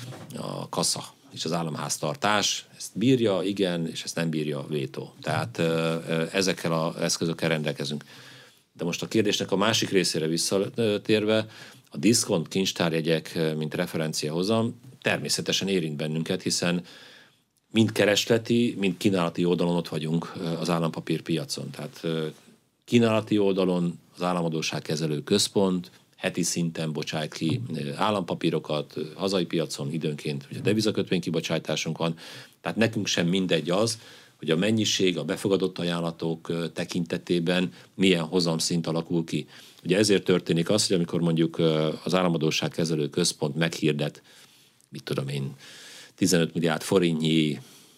a kassa és az államháztartás ezt bírja, igen, és ezt nem bírja a vétó. Tehát ezekkel az eszközökkel rendelkezünk. De most a kérdésnek a másik részére visszatérve, a diszkont kincstárjegyek, mint referenciahozam, természetesen érint bennünket, hiszen mind keresleti, mind kínálati oldalon ott vagyunk az állampapírpiacon. Tehát kínálati oldalon az Államadósságkezelő Központ heti szinten bocsájt ki állampapírokat, hazai piacon időnként ugye devizakötvény kibocsátásunk van, tehát nekünk sem mindegy az, hogy a mennyiség, a befogadott ajánlatok tekintetében milyen hozamszint alakul ki. Ugye ezért történik az, hogy amikor mondjuk az Államadósságkezelő Központ meghirdet, mit tudom én, tizenöt milliárd forintnyi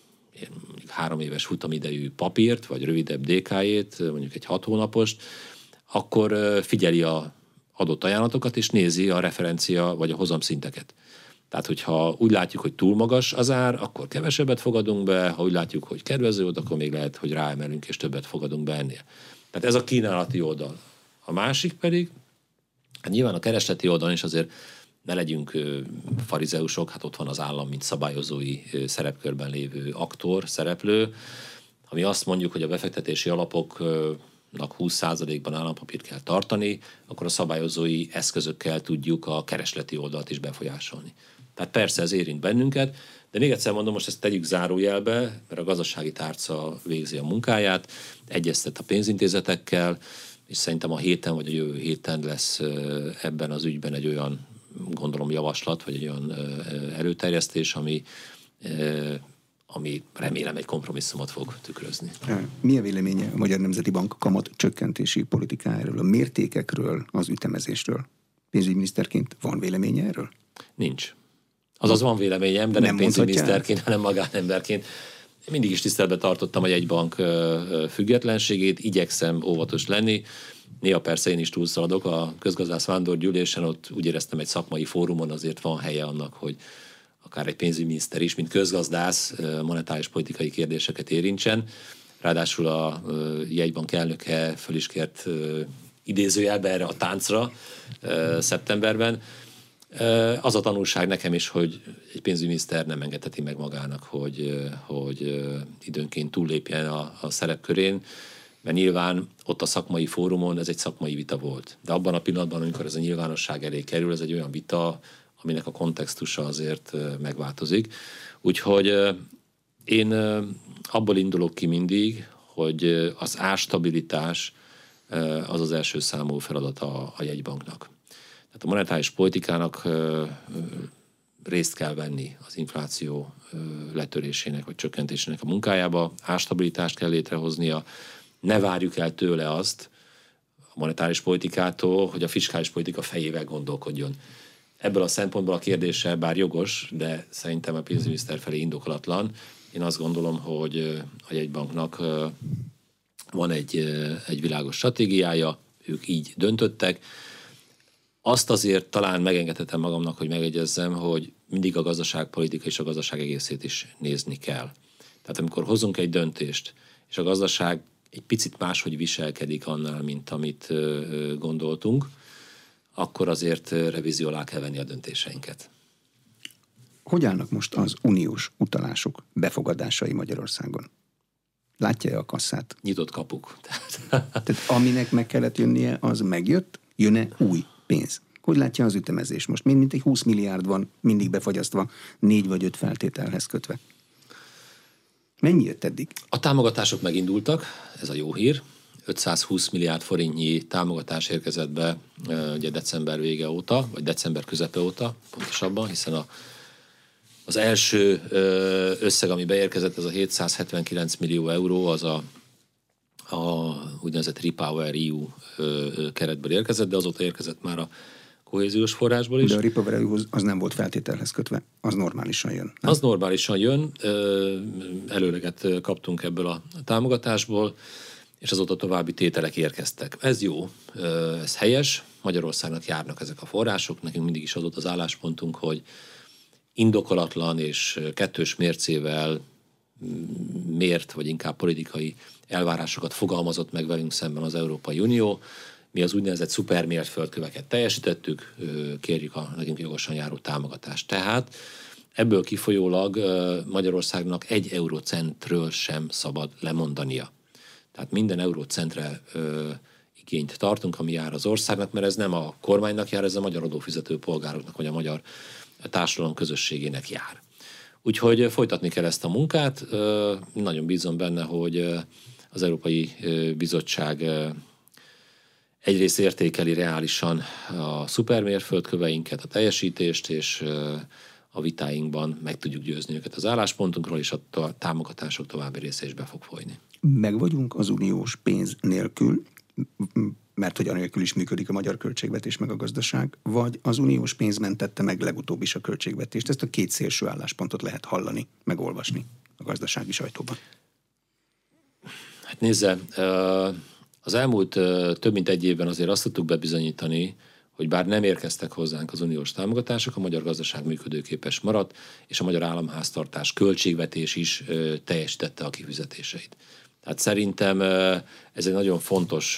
három éves futamidejű papírt, vagy rövidebb dé ká-jét, mondjuk egy hat hónapost, akkor figyeli a adott ajánlatokat, és nézi a referencia vagy a hozamszinteket. Tehát, hogyha úgy látjuk, hogy túl magas az ár, akkor kevesebbet fogadunk be, ha úgy látjuk, hogy kedvező, akkor még lehet, hogy ráemelünk, és többet fogadunk be ennél. Tehát ez a kínálati oldal. A másik pedig, hát nyilván a keresleti oldalon is azért ne legyünk farizeusok, hát ott van az állam, mint szabályozói szerepkörben lévő aktor, szereplő, ami azt mondjuk, hogy a befektetési alapoknak húsz százalékban állampapírt kell tartani, akkor a szabályozói eszközökkel tudjuk a keresleti oldalt is befolyásolni. Tehát persze ez érint bennünket, de még egyszer mondom, most ezt tegyük zárójelbe, mert a gazdasági tárca végzi a munkáját, egyeztet a pénzintézetekkel, és szerintem a héten vagy a jövő héten lesz ebben az ügyben egy olyan, gondolom, javaslat, vagy egy olyan előterjesztés, ami, ami remélem egy kompromisszumot fog tükrözni. Mi a véleménye a Magyar Nemzeti Bank kamat csökkentési politikájáról, a mértékekről, az ütemezésről? Pénzügyminiszterként van véleménye erről? Nincs. Azaz van véleményem, de nem, nem pénzügyminiszterként, hanem magánemberként. Én mindig is tiszteletben tartottam a jegybank függetlenségét, igyekszem óvatos lenni. Néha persze én is túlszaladok. A közgazdász vándorgyűlésen ott úgy éreztem, egy szakmai fórumon azért van helye annak, hogy akár egy pénzügyminiszter is, mint közgazdász monetáris politikai kérdéseket érintsen. Ráadásul a jegybank elnöke föl is kért idézőjelbe erre a táncra szeptemberben. Az a tanulság nekem is, hogy egy pénzügyminiszter nem engedheti meg magának, hogy, hogy időnként túllépjen a, a szerepkörén, mert nyilván ott a szakmai fórumon ez egy szakmai vita volt. De abban a pillanatban, amikor ez a nyilvánosság elé kerül, ez egy olyan vita, aminek a kontextusa azért megváltozik. Úgyhogy én abból indulok ki mindig, hogy az árstabilitás az az első számú feladata a jegybanknak. Tehát a monetáris politikának részt kell venni az infláció letörésének vagy csökkentésének a munkájába, árstabilitást kell létrehoznia, ne várjuk el tőle azt a monetáris politikától, hogy a fiskális politika fejével gondolkodjon. Ebből a szempontból a kérdése bár jogos, de szerintem a pénzügyminiszter felé indokolatlan. Én azt gondolom, hogy a jegybanknak van egy, egy világos stratégiája, ők így döntöttek. Azt azért talán megengedhetem magamnak, hogy megegyezzem, hogy mindig a gazdaságpolitika és a gazdaság egészét is nézni kell. Tehát amikor hozunk egy döntést, és a gazdaság egy picit máshogy viselkedik annál, mint amit gondoltunk, akkor azért revízió alá kell venni a döntéseinket. Hogy állnak most az uniós utalások befogadásai Magyarországon? Látja-e a kasszát? Nyitott kapuk. Tehát aminek meg kellett jönnie, az megjött, jön-e új pénz? Hogy látja az ütemezés most? Mind mint egy húsz milliárd van mindig befagyasztva, négy vagy öt feltételhez kötve. Mennyi jött eddig? A támogatások megindultak, ez a jó hír. ötszázhúsz milliárd forintnyi támogatás érkezett be ugye december vége óta, vagy december közepe óta, pontosabban, hiszen a, az első összeg, ami beérkezett, ez a hétszázhetvenkilenc millió euró, az a, a úgynevezett Repower é u keretből érkezett, de azóta érkezett már a kohéziós forrásból is. De a Repower é u az nem volt feltételhez kötve, az normálisan jön. Nem? Az normálisan jön, előleget kaptunk ebből a támogatásból, és azóta további tételek érkeztek. Ez jó, ez helyes, Magyarországnak járnak ezek a források, nekünk mindig is az volt az álláspontunk, hogy indokolatlan és kettős mércével mért, vagy inkább politikai elvárásokat fogalmazott meg velünk szemben az Európai Unió. Mi az úgynevezett szupermértföldköveket teljesítettük, kérjük a nekünk jogosan járó támogatást. Tehát ebből kifolyólag Magyarországnak egy eurocentről sem szabad lemondania. Tehát minden eurócentre ö, igényt tartunk, ami jár az országnak, mert ez nem a kormánynak jár, ez a magyar adófizető polgároknak, vagy a magyar társadalom közösségének jár. Úgyhogy folytatni kell ezt a munkát. Ö, nagyon bízom benne, hogy az Európai Bizottság egyrészt értékeli reálisan a szupermérföldköveinket, a teljesítést, és a vitáinkban meg tudjuk győzni őket az álláspontunkról, és a támogatások további része is be fog folyni. Meg vagyunk az uniós pénz nélkül, mert hogy anélkül is működik a magyar költségvetés meg a gazdaság, vagy az uniós pénz mentette meg legutóbb is a költségvetést. Ezt a két szélső álláspontot lehet hallani, megolvasni a gazdasági sajtóban. Hát nézze, az elmúlt több mint egy évben azért azt tudtuk bebizonyítani, hogy bár nem érkeztek hozzánk az uniós támogatások, a magyar gazdaság működőképes maradt, és a magyar államháztartás költségvetés is teljesítette a kifizetéseit. Tehát szerintem ez egy nagyon fontos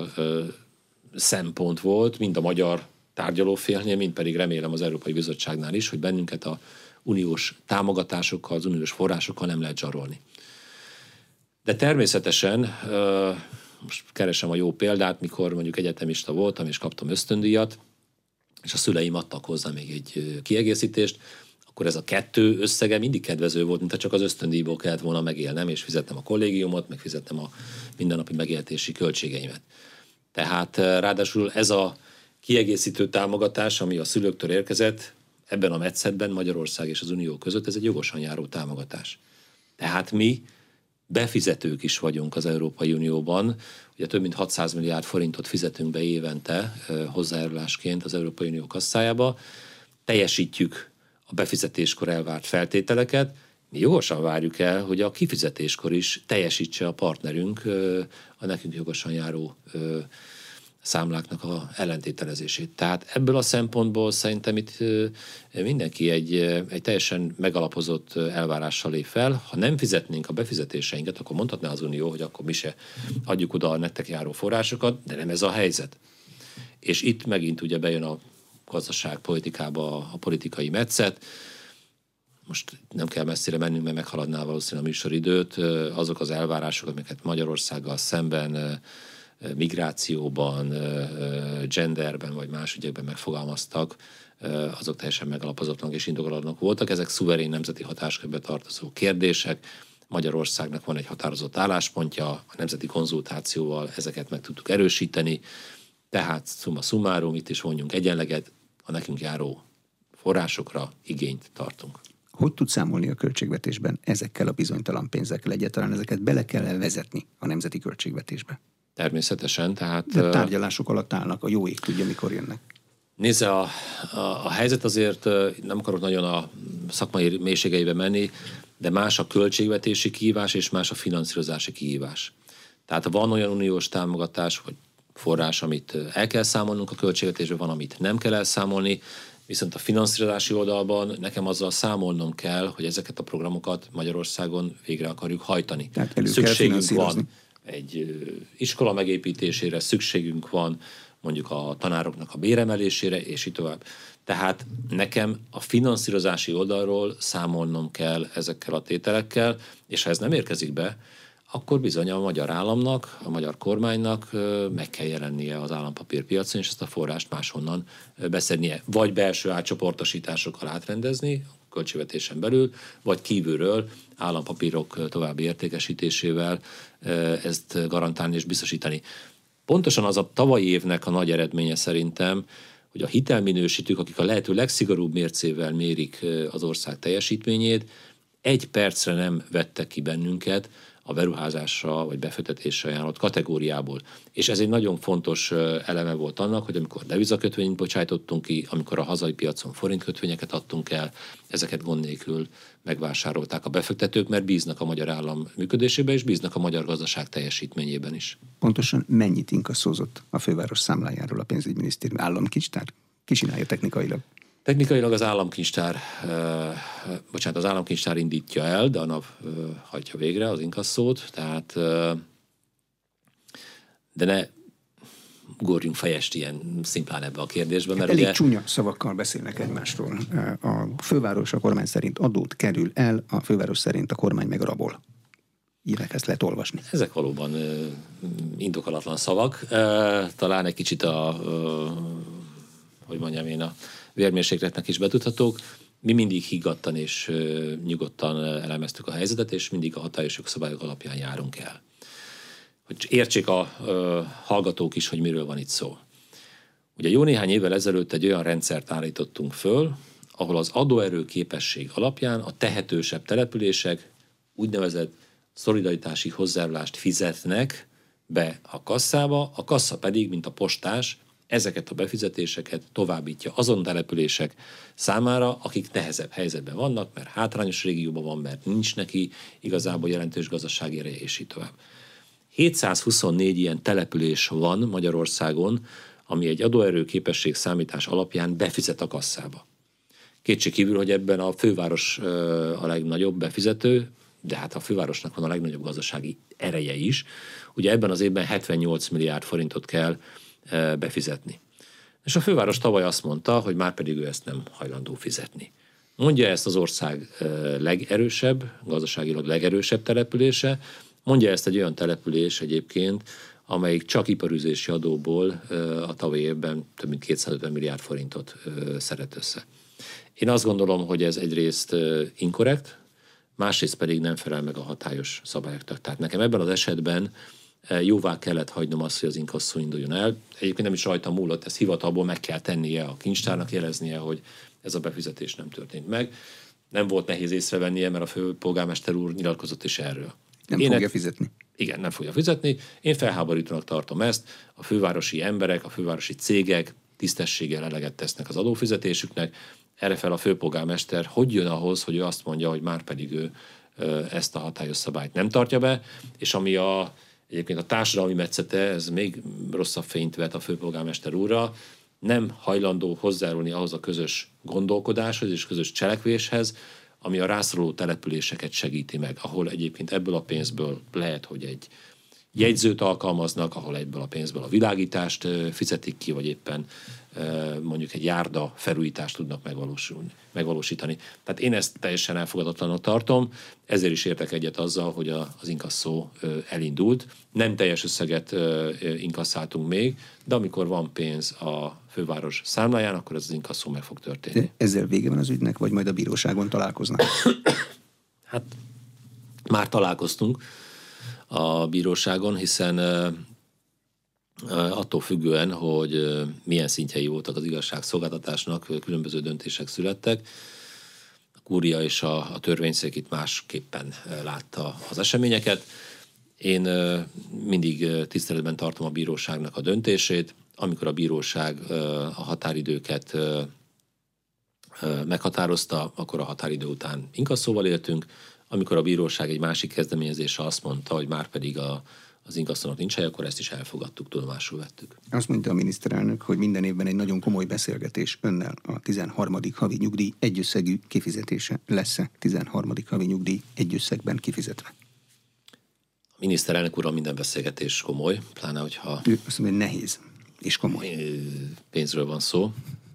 szempont volt, mind a magyar tárgyalófélnél, mind pedig remélem az Európai Bizottságnál is, hogy bennünket a uniós támogatásokkal, az uniós forrásokkal nem lehet zsarolni. De természetesen, most keresem a jó példát, mikor mondjuk egyetemista voltam, és kaptam ösztöndíjat, és a szüleim adtak hozzá még egy kiegészítést, akkor ez a kettő összege mindig kedvező volt, mint ha csak az ösztöndíjból kellett volna megélnem, és fizettem a kollégiumot, meg fizettem a mindennapi megélhetési költségeimet. Tehát ráadásul ez a kiegészítő támogatás, ami a szülőktől érkezett, ebben a metszetben Magyarország és az Unió között, ez egy jogosan járó támogatás. Tehát mi befizetők is vagyunk az Európai Unióban, ugye több mint hatszáz milliárd forintot fizetünk be évente hozzájárulásként az Európai Unió kasszájába, teljesítjük a befizetéskor elvárt feltételeket, mi jogosan várjuk el, hogy a kifizetéskor is teljesítse a partnerünk a nekünk jogosan járó számláknak a ellentételezését. Tehát ebből a szempontból szerintem itt mindenki egy, egy teljesen megalapozott elvárással lép fel. Ha nem fizetnénk a befizetéseinket, akkor mondhatná az Unió, hogy akkor mi se adjuk oda a nektek járó forrásokat, de nem ez a helyzet. És itt megint ugye bejön a gazdaságpolitikába a politikai metszet. Most nem kell messzire mennünk, mert meghaladná valószínűleg a műsoridőt. Azok az elvárások, amiket Magyarországgal szemben migrációban, genderben vagy más ügyekben megfogalmaztak, azok teljesen megalapozatlanok és indokolatlanok voltak. Ezek szuverén nemzeti hatáskörbe tartozó kérdések. Magyarországnak van egy határozott álláspontja, a nemzeti konzultációval ezeket meg tudtuk erősíteni, tehát summa summarum, itt is vonjunk egyenleget, a nekünk járó forrásokra igényt tartunk. Hogy tud számolni a költségvetésben ezekkel a bizonytalan pénzekkel? Egyáltalán ezeket bele kell vezetni a nemzeti költségvetésbe? Természetesen, tehát... De tárgyalások alatt állnak, a jó ég tudja, mikor jönnek. Nézze, a, a, a helyzet azért, nem akarok nagyon a szakmai mélységeibe menni, de más a költségvetési kihívás, és más a finanszírozási kihívás. Tehát van olyan uniós támogatás, vagy forrás, amit el kell számolnunk a költségvetésben, van, amit nem kell elszámolni, Viszont a finanszírozási oldalban nekem azzal számolnom kell, hogy ezeket a programokat Magyarországon végre akarjuk hajtani. Szükségünk van egy iskola megépítésére, szükségünk van mondjuk a tanároknak a béremelésére, és így tovább. Tehát nekem a finanszírozási oldalról számolnom kell ezekkel a tételekkel, és ha ez nem érkezik be, akkor bizony a magyar államnak, a magyar kormánynak meg kell jelennie az állampapírpiacon, és ezt a forrást máshonnan beszednie. Vagy belső átcsoportosításokkal átrendezni, költségvetésen belül, vagy kívülről állampapírok további értékesítésével ezt garantálni és biztosítani. Pontosan az a tavalyi évnek a nagy eredménye szerintem, hogy a hitelminősítők, akik a lehető legszigorúbb mércével mérik az ország teljesítményét, egy percre nem vettek ki bennünket a beruházásra vagy befektetésre ajánlott kategóriából. És ez egy nagyon fontos eleme volt annak, hogy amikor devizakötvényt bocsájtottunk ki, amikor a hazai piacon forintkötvényeket adtunk el, ezeket gond nélkül megvásárolták a befektetők, mert bíznak a magyar állam működésében, és bíznak a magyar gazdaság teljesítményében is. Pontosan mennyit inkasszózott a főváros számlájáról a pénzügyminisztérium? Államkincstár? Ki csinálja technikailag? Technikailag az államkincstár, uh, bocsánat, az államkincstár indítja el, de a nap uh, hagyja végre az inkasszót, tehát uh, de ne ugorjunk fejest ilyen szimplán ebbe a kérdésbe. Mert elég ugye... csúnya szavakkal beszélnek egymásról. A főváros a kormány szerint adót kerül el, a főváros szerint a kormány meg rabol. Ilyenek ezt lehet olvasni. Ezek valóban uh, indokolatlan szavak. Uh, talán egy kicsit a, uh, hogy mondjam én, a vérmérsékletnek is betudhatók. Mi mindig higgadtan és uh, nyugodtan elemeztük a helyzetet, és mindig a hatályos jogszabályok alapján járunk el. Hogy értsék a uh, hallgatók is, hogy miről van itt szó. Ugye jó néhány évvel ezelőtt egy olyan rendszert állítottunk föl, ahol az adóerő képesség alapján a tehetősebb települések úgynevezett szolidaritási hozzájárulást fizetnek be a kasszába, a kassa pedig, mint a postás, ezeket a befizetéseket továbbítja azon települések számára, akik nehezebb helyzetben vannak, mert hátrányos régióban van, mert nincs neki igazából jelentős gazdasági ereje, és így tovább. hétszázhuszonnégy ilyen település van Magyarországon, ami egy adóerő képesség számítás alapján befizet a kasszába. Kétségkívül, hogy ebben a főváros a legnagyobb befizető, de hát a fővárosnak van a legnagyobb gazdasági ereje is. Ugye ebben az évben hetvennyolc milliárd forintot kell befizetni. És a főváros tavaly azt mondta, hogy már pedig ő ezt nem hajlandó fizetni. Mondja ezt az ország legerősebb, gazdaságilag legerősebb települése, mondja ezt egy olyan település egyébként, amelyik csak iparüzési adóból a tavalyi évben több mint kétszázötven milliárd forintot szeret össze. Én azt gondolom, hogy ez egyrészt inkorrekt, másrészt pedig nem felel meg a hatályos szabályoknak. Tehát nekem ebben az esetben jóvá kellett hagynom azt, hogy az inkasszó induljon el. Egyébként nem is rajta múlott, ezt hivatalból meg kell tennie a kincstárnak, jeleznie, hogy ez a befizetés nem történt meg. Nem volt nehéz észrevennie, mert a főpolgármester úr nyilatkozott is erről. Nem Én fogja fizetni. Igen, nem fogja fizetni. Én felháborítónak tartom ezt. A fővárosi emberek, a fővárosi cégek tisztességgel eleget tesznek az adófizetésüknek. Erre fel a főpolgármester hogy jön ahhoz, hogy ő azt mondja, hogy már pedig ő ezt a hatályos szabályt nem tartja be, és ami a, egyébként a társadalmi metszete, ez még rosszabb fényt vet a főpolgármester úrra, nem hajlandó hozzájárulni ahhoz a közös gondolkodáshoz és közös cselekvéshez, ami a rászoruló településeket segíti meg, ahol egyébként ebből a pénzből lehet, hogy egy jegyzőt alkalmaznak, ahol ebből a pénzből a világítást fizetik ki, vagy éppen mondjuk egy járda felújítást tudnak megvalósulni, megvalósítani. Tehát én ezt teljesen elfogadatlanul tartom, ezért is értek egyet azzal, hogy az inkasszó elindult. Nem teljes összeget inkasszáltunk még, de amikor van pénz a főváros számláján, akkor ez az inkasszó meg fog történni. De ezzel vége van az ügynek, vagy majd a bíróságon találkoznak? Hát már találkoztunk a bíróságon, hiszen attól függően, hogy milyen szintjei voltak az igazságszolgáltatásnak, különböző döntések születtek. A kúria és a, a törvényszék itt másképpen látta az eseményeket. Én mindig tiszteletben tartom a bíróságnak a döntését. Amikor a bíróság a határidőket meghatározta, akkor a határidő után inkasszóval éltünk. Amikor a bíróság egy másik kezdeményezése azt mondta, hogy már pedig a az ingasszonok nincs hely, akkor ezt is elfogadtuk, tudomásul vettük. Azt mondta a miniszterelnök, hogy minden évben egy nagyon komoly beszélgetés önnel a tizenharmadik havi nyugdíj egyösszegű kifizetése lesz-e tizenharmadik havi nyugdíj egyösszegben kifizetve? A miniszterelnök úrral minden beszélgetés komoly, pláne hogyha... Ő azt mondja, hogy nehéz és komoly. Pénzről van szó.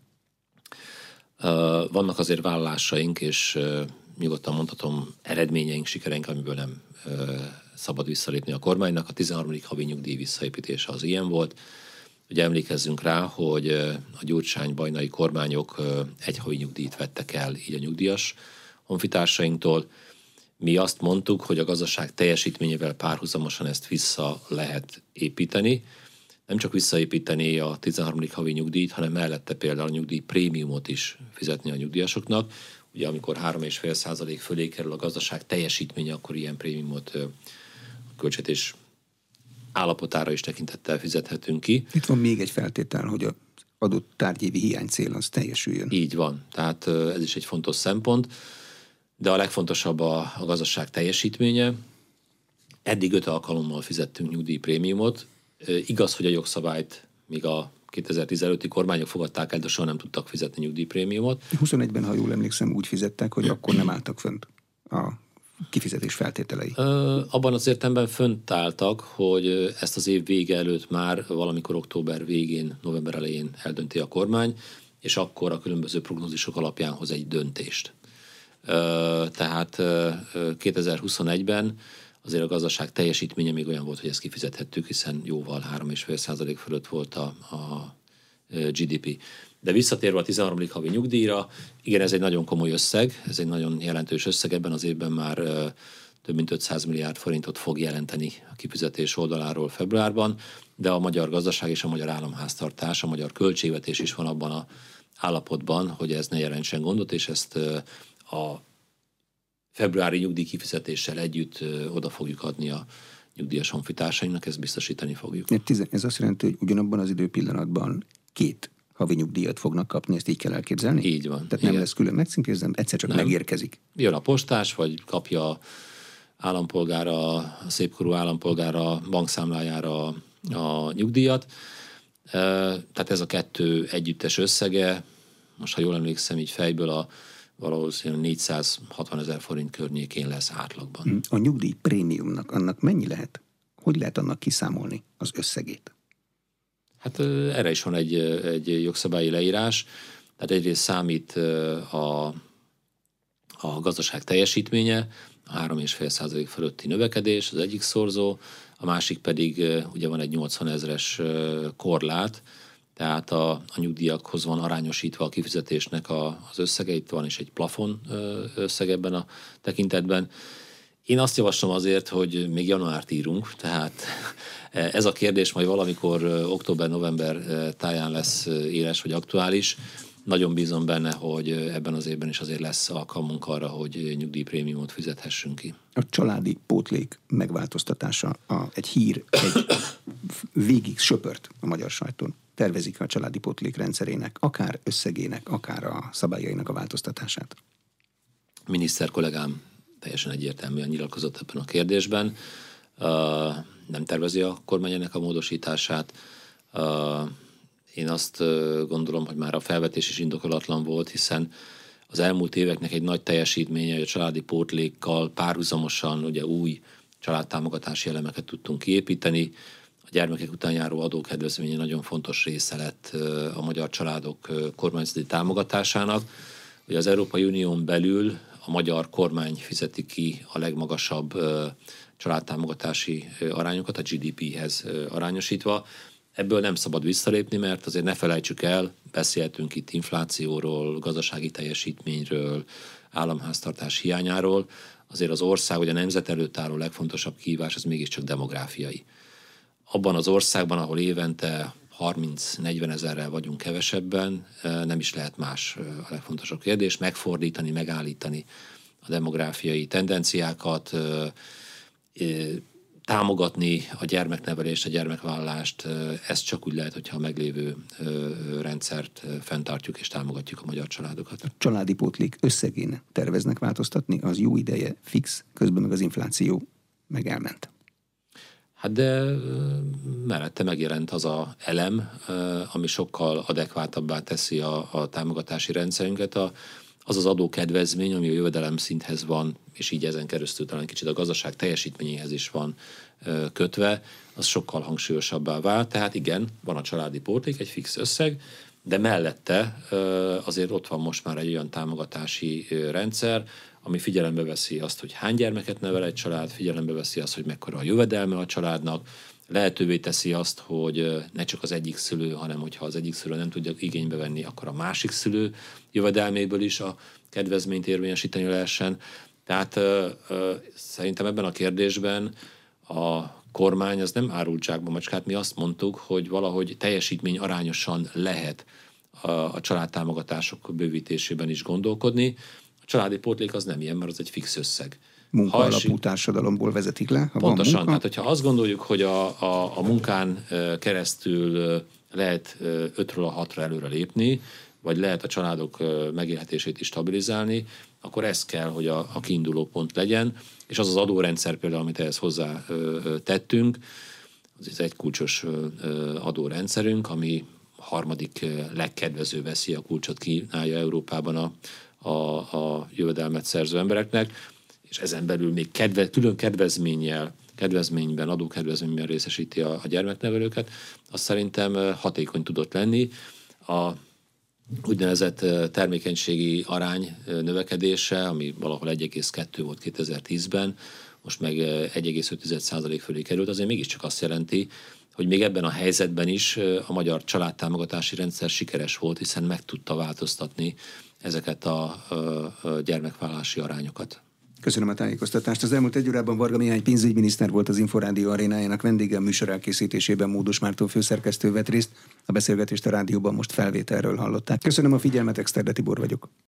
Vannak azért vállalásaink, és nyugodtan mondhatom eredményeink, sikereink, amiből nem szabad visszalépni a kormánynak. A tizenharmadik havi nyugdíj visszaépítése az ilyen volt. Ugye emlékezzünk rá, hogy a Gyurcsány-Bajnai kormányok egy havi nyugdíjt vettek el így a nyugdíjas honfitársainktól. Mi azt mondtuk, hogy a gazdaság teljesítményével párhuzamosan ezt vissza lehet építeni. Nem csak visszaépíteni a tizenharmadik havi nyugdíjt, hanem mellette például a nyugdíj prémiumot is fizetni a nyugdíjasoknak. Ugye amikor három egész öt százalék fölé kerül a gazdaság teljesítménye, akkor ilyen prémiumot a költségvetés állapotára is tekintettel fizethetünk ki. Itt van még egy feltétel, hogy az adott tárgyévi hiánycél az teljesüljön. Így van, tehát ez is egy fontos szempont, de a legfontosabb a, a gazdaság teljesítménye. Eddig öt alkalommal fizettünk nyugdíjprémiumot. Igaz, hogy a jogszabályt míg a kétezer-tíz előtti kormányok fogadták el, de soha nem tudtak fizetni nyugdíjprémiumot. huszonegyben, ha jól emlékszem, úgy fizettek, hogy akkor nem álltak fönt a kifizetés feltételei. Ö, abban az értelemben fönt álltak, hogy ezt az év vége előtt már valamikor október végén, november elején eldönti a kormány, és akkor a különböző prognózisok alapján hoz egy döntést. Ö, tehát kétezer-huszonegyben azért a gazdaság teljesítménye még olyan volt, hogy ezt kifizethettük, hiszen jóval három egész öt százalék fölött volt a, a gé dé pé. De visszatérve a tizenharmadik havi nyugdíjra, igen, ez egy nagyon komoly összeg, ez egy nagyon jelentős összeg, ebben az évben már több mint ötszáz milliárd forintot fog jelenteni a kifizetés oldaláról februárban, de a magyar gazdaság és a magyar államháztartás, a magyar költségvetés is van abban az állapotban, hogy ez ne jelentsen gondot, és ezt a februári nyugdíj kifizetéssel együtt ö, oda fogjuk adni a nyugdíjas honfitársainknak, ezt biztosítani fogjuk. Ez azt jelenti, hogy ugyanabban az időpillanatban két havi nyugdíjat fognak kapni, ezt így kell elképzelni? Így van. Tehát igen. nem lesz külön megcímkézem, egyszer csak nem. megérkezik. Jön a postás, vagy kapja állampolgára, a szépkorú állampolgára bankszámlájára a, a nyugdíjat. E, tehát ez a kettő együttes összege, most ha jól emlékszem így fejből, a valószínűleg négyszázhatvan ezer forint környékén lesz átlagban. A nyugdíj prémiumnak annak mennyi lehet? Hogy lehet annak kiszámolni az összegét? Hát erre is van egy, egy jogszabályi leírás. Tehát egyrészt számít a, a gazdaság teljesítménye, a három egész öt százalék fölötti növekedés, az egyik szorzó, a másik pedig ugye van egy nyolcvan ezres korlát, tehát a, a nyugdíjakhoz van arányosítva a kifizetésnek a, az összege, itt van is egy plafon összeg ebben a tekintetben. Én azt javaslom azért, hogy még januárt írunk, tehát ez a kérdés majd valamikor október-november táján lesz éles vagy aktuális. Nagyon bízom benne, hogy ebben az évben is azért lesz alkalmunk arra, hogy nyugdíjprémiumot fizethessünk ki. A családi pótlék megváltoztatása a, egy hír, egy végig söpört a magyar sajton. Tervezik a családi pótlék rendszerének, akár összegének, akár a szabályainak a változtatását? A miniszter kollégám teljesen egyértelműen nyilatkozott ebben a kérdésben. Uh, nem tervezi a kormány ennek a módosítását. Uh, én azt uh, gondolom, hogy már a felvetés is indokolatlan volt, hiszen az elmúlt éveknek egy nagy teljesítménye, hogy a családi pótlékkal párhuzamosan ugye új családtámogatási elemeket tudtunk kiépíteni. A gyermekek után járó adókedvezménye nagyon fontos része lett uh, a magyar családok uh, kormányzati támogatásának. Ugye az Európai Unión belül a magyar kormány fizeti ki a legmagasabb uh, családtámogatási uh, arányokat, a gé dé péhez uh, arányosítva. Ebből nem szabad visszalépni, mert azért ne felejtsük el, beszéltünk itt inflációról, gazdasági teljesítményről, államháztartás hiányáról. Azért az ország, vagy a nemzet előtt álló legfontosabb kihívás, az mégiscsak demográfiai. Abban az országban, ahol évente harminc-negyven ezerrel vagyunk kevesebben, nem is lehet más a legfontosabb kérdés, megfordítani, megállítani a demográfiai tendenciákat, támogatni a gyermeknevelést, a gyermekvállalást, ez csak úgy lehet, hogyha a meglévő rendszert fenntartjuk és támogatjuk a magyar családokat. A családi pótlék összegén terveznek változtatni, az jó ideje fix, közben meg az infláció meg elment. Hát de mellette megjelent az a elem, ami sokkal adekvátabbá teszi a, a támogatási rendszerünket. A, az az adókedvezmény, ami a jövedelem szinthez van, és így ezen keresztül talán kicsit a gazdaság teljesítményéhez is van kötve, az sokkal hangsúlyosabbá vált. Tehát igen, van a családi pótlék, egy fix összeg, de mellette azért ott van most már egy olyan támogatási rendszer, ami figyelembe veszi azt, hogy hány gyermeket nevel egy család, figyelembe veszi azt, hogy mekkora a jövedelme a családnak, lehetővé teszi azt, hogy ne csak az egyik szülő, hanem hogyha az egyik szülő nem tudja igénybe venni, akkor a másik szülő jövedelméből is a kedvezményt érvényesíteni lehessen. Tehát ö, ö, szerintem ebben a kérdésben a kormány az nem árult zsákba macskát. Mi azt mondtuk, hogy valahogy teljesítmény arányosan lehet a, a családtámogatások bővítésében is gondolkodni. A családi pótlék az nem ilyen, mert az egy fix összeg. Munka ha alapú társadalomból vezetik le? Ha pontosan, van tehát hogyha azt gondoljuk, hogy a, a, a munkán keresztül lehet ötről a hatra előre lépni, vagy lehet a családok megélhetését is stabilizálni, akkor ez kell, hogy a, a kiinduló pont legyen, és az az adórendszer például, amit ehhez hozzá tettünk, az egy kulcsos adórendszerünk, ami harmadik legkedvezőbb veszi a kulcsot kínálja Európában a, a, a jövedelmet szerző embereknek, és ezen belül még kedve, külön kedvezménnyel, kedvezményben, adókedvezményben részesíti a, a gyermeknevelőket, az szerintem hatékony tudott lenni. A úgynevezett termékenységi arány növekedése, ami valahol egy egész kettő volt kétezer-tízben, most meg egy egész öt százalék fölé került, azért mégiscsak azt jelenti, hogy még ebben a helyzetben is a magyar családtámogatási rendszer sikeres volt, hiszen meg tudta változtatni ezeket a gyermekvállalási arányokat. Köszönöm a tájékoztatást. Az elmúlt egy órában Varga Mihály pénzügyminiszter volt az Inforádió arénájának vendége, a műsor elkészítésében Módos Márton főszerkesztő vett részt. A beszélgetést a rádióban most felvételről hallották. Köszönöm a figyelmet, Exterde Tibor vagyok.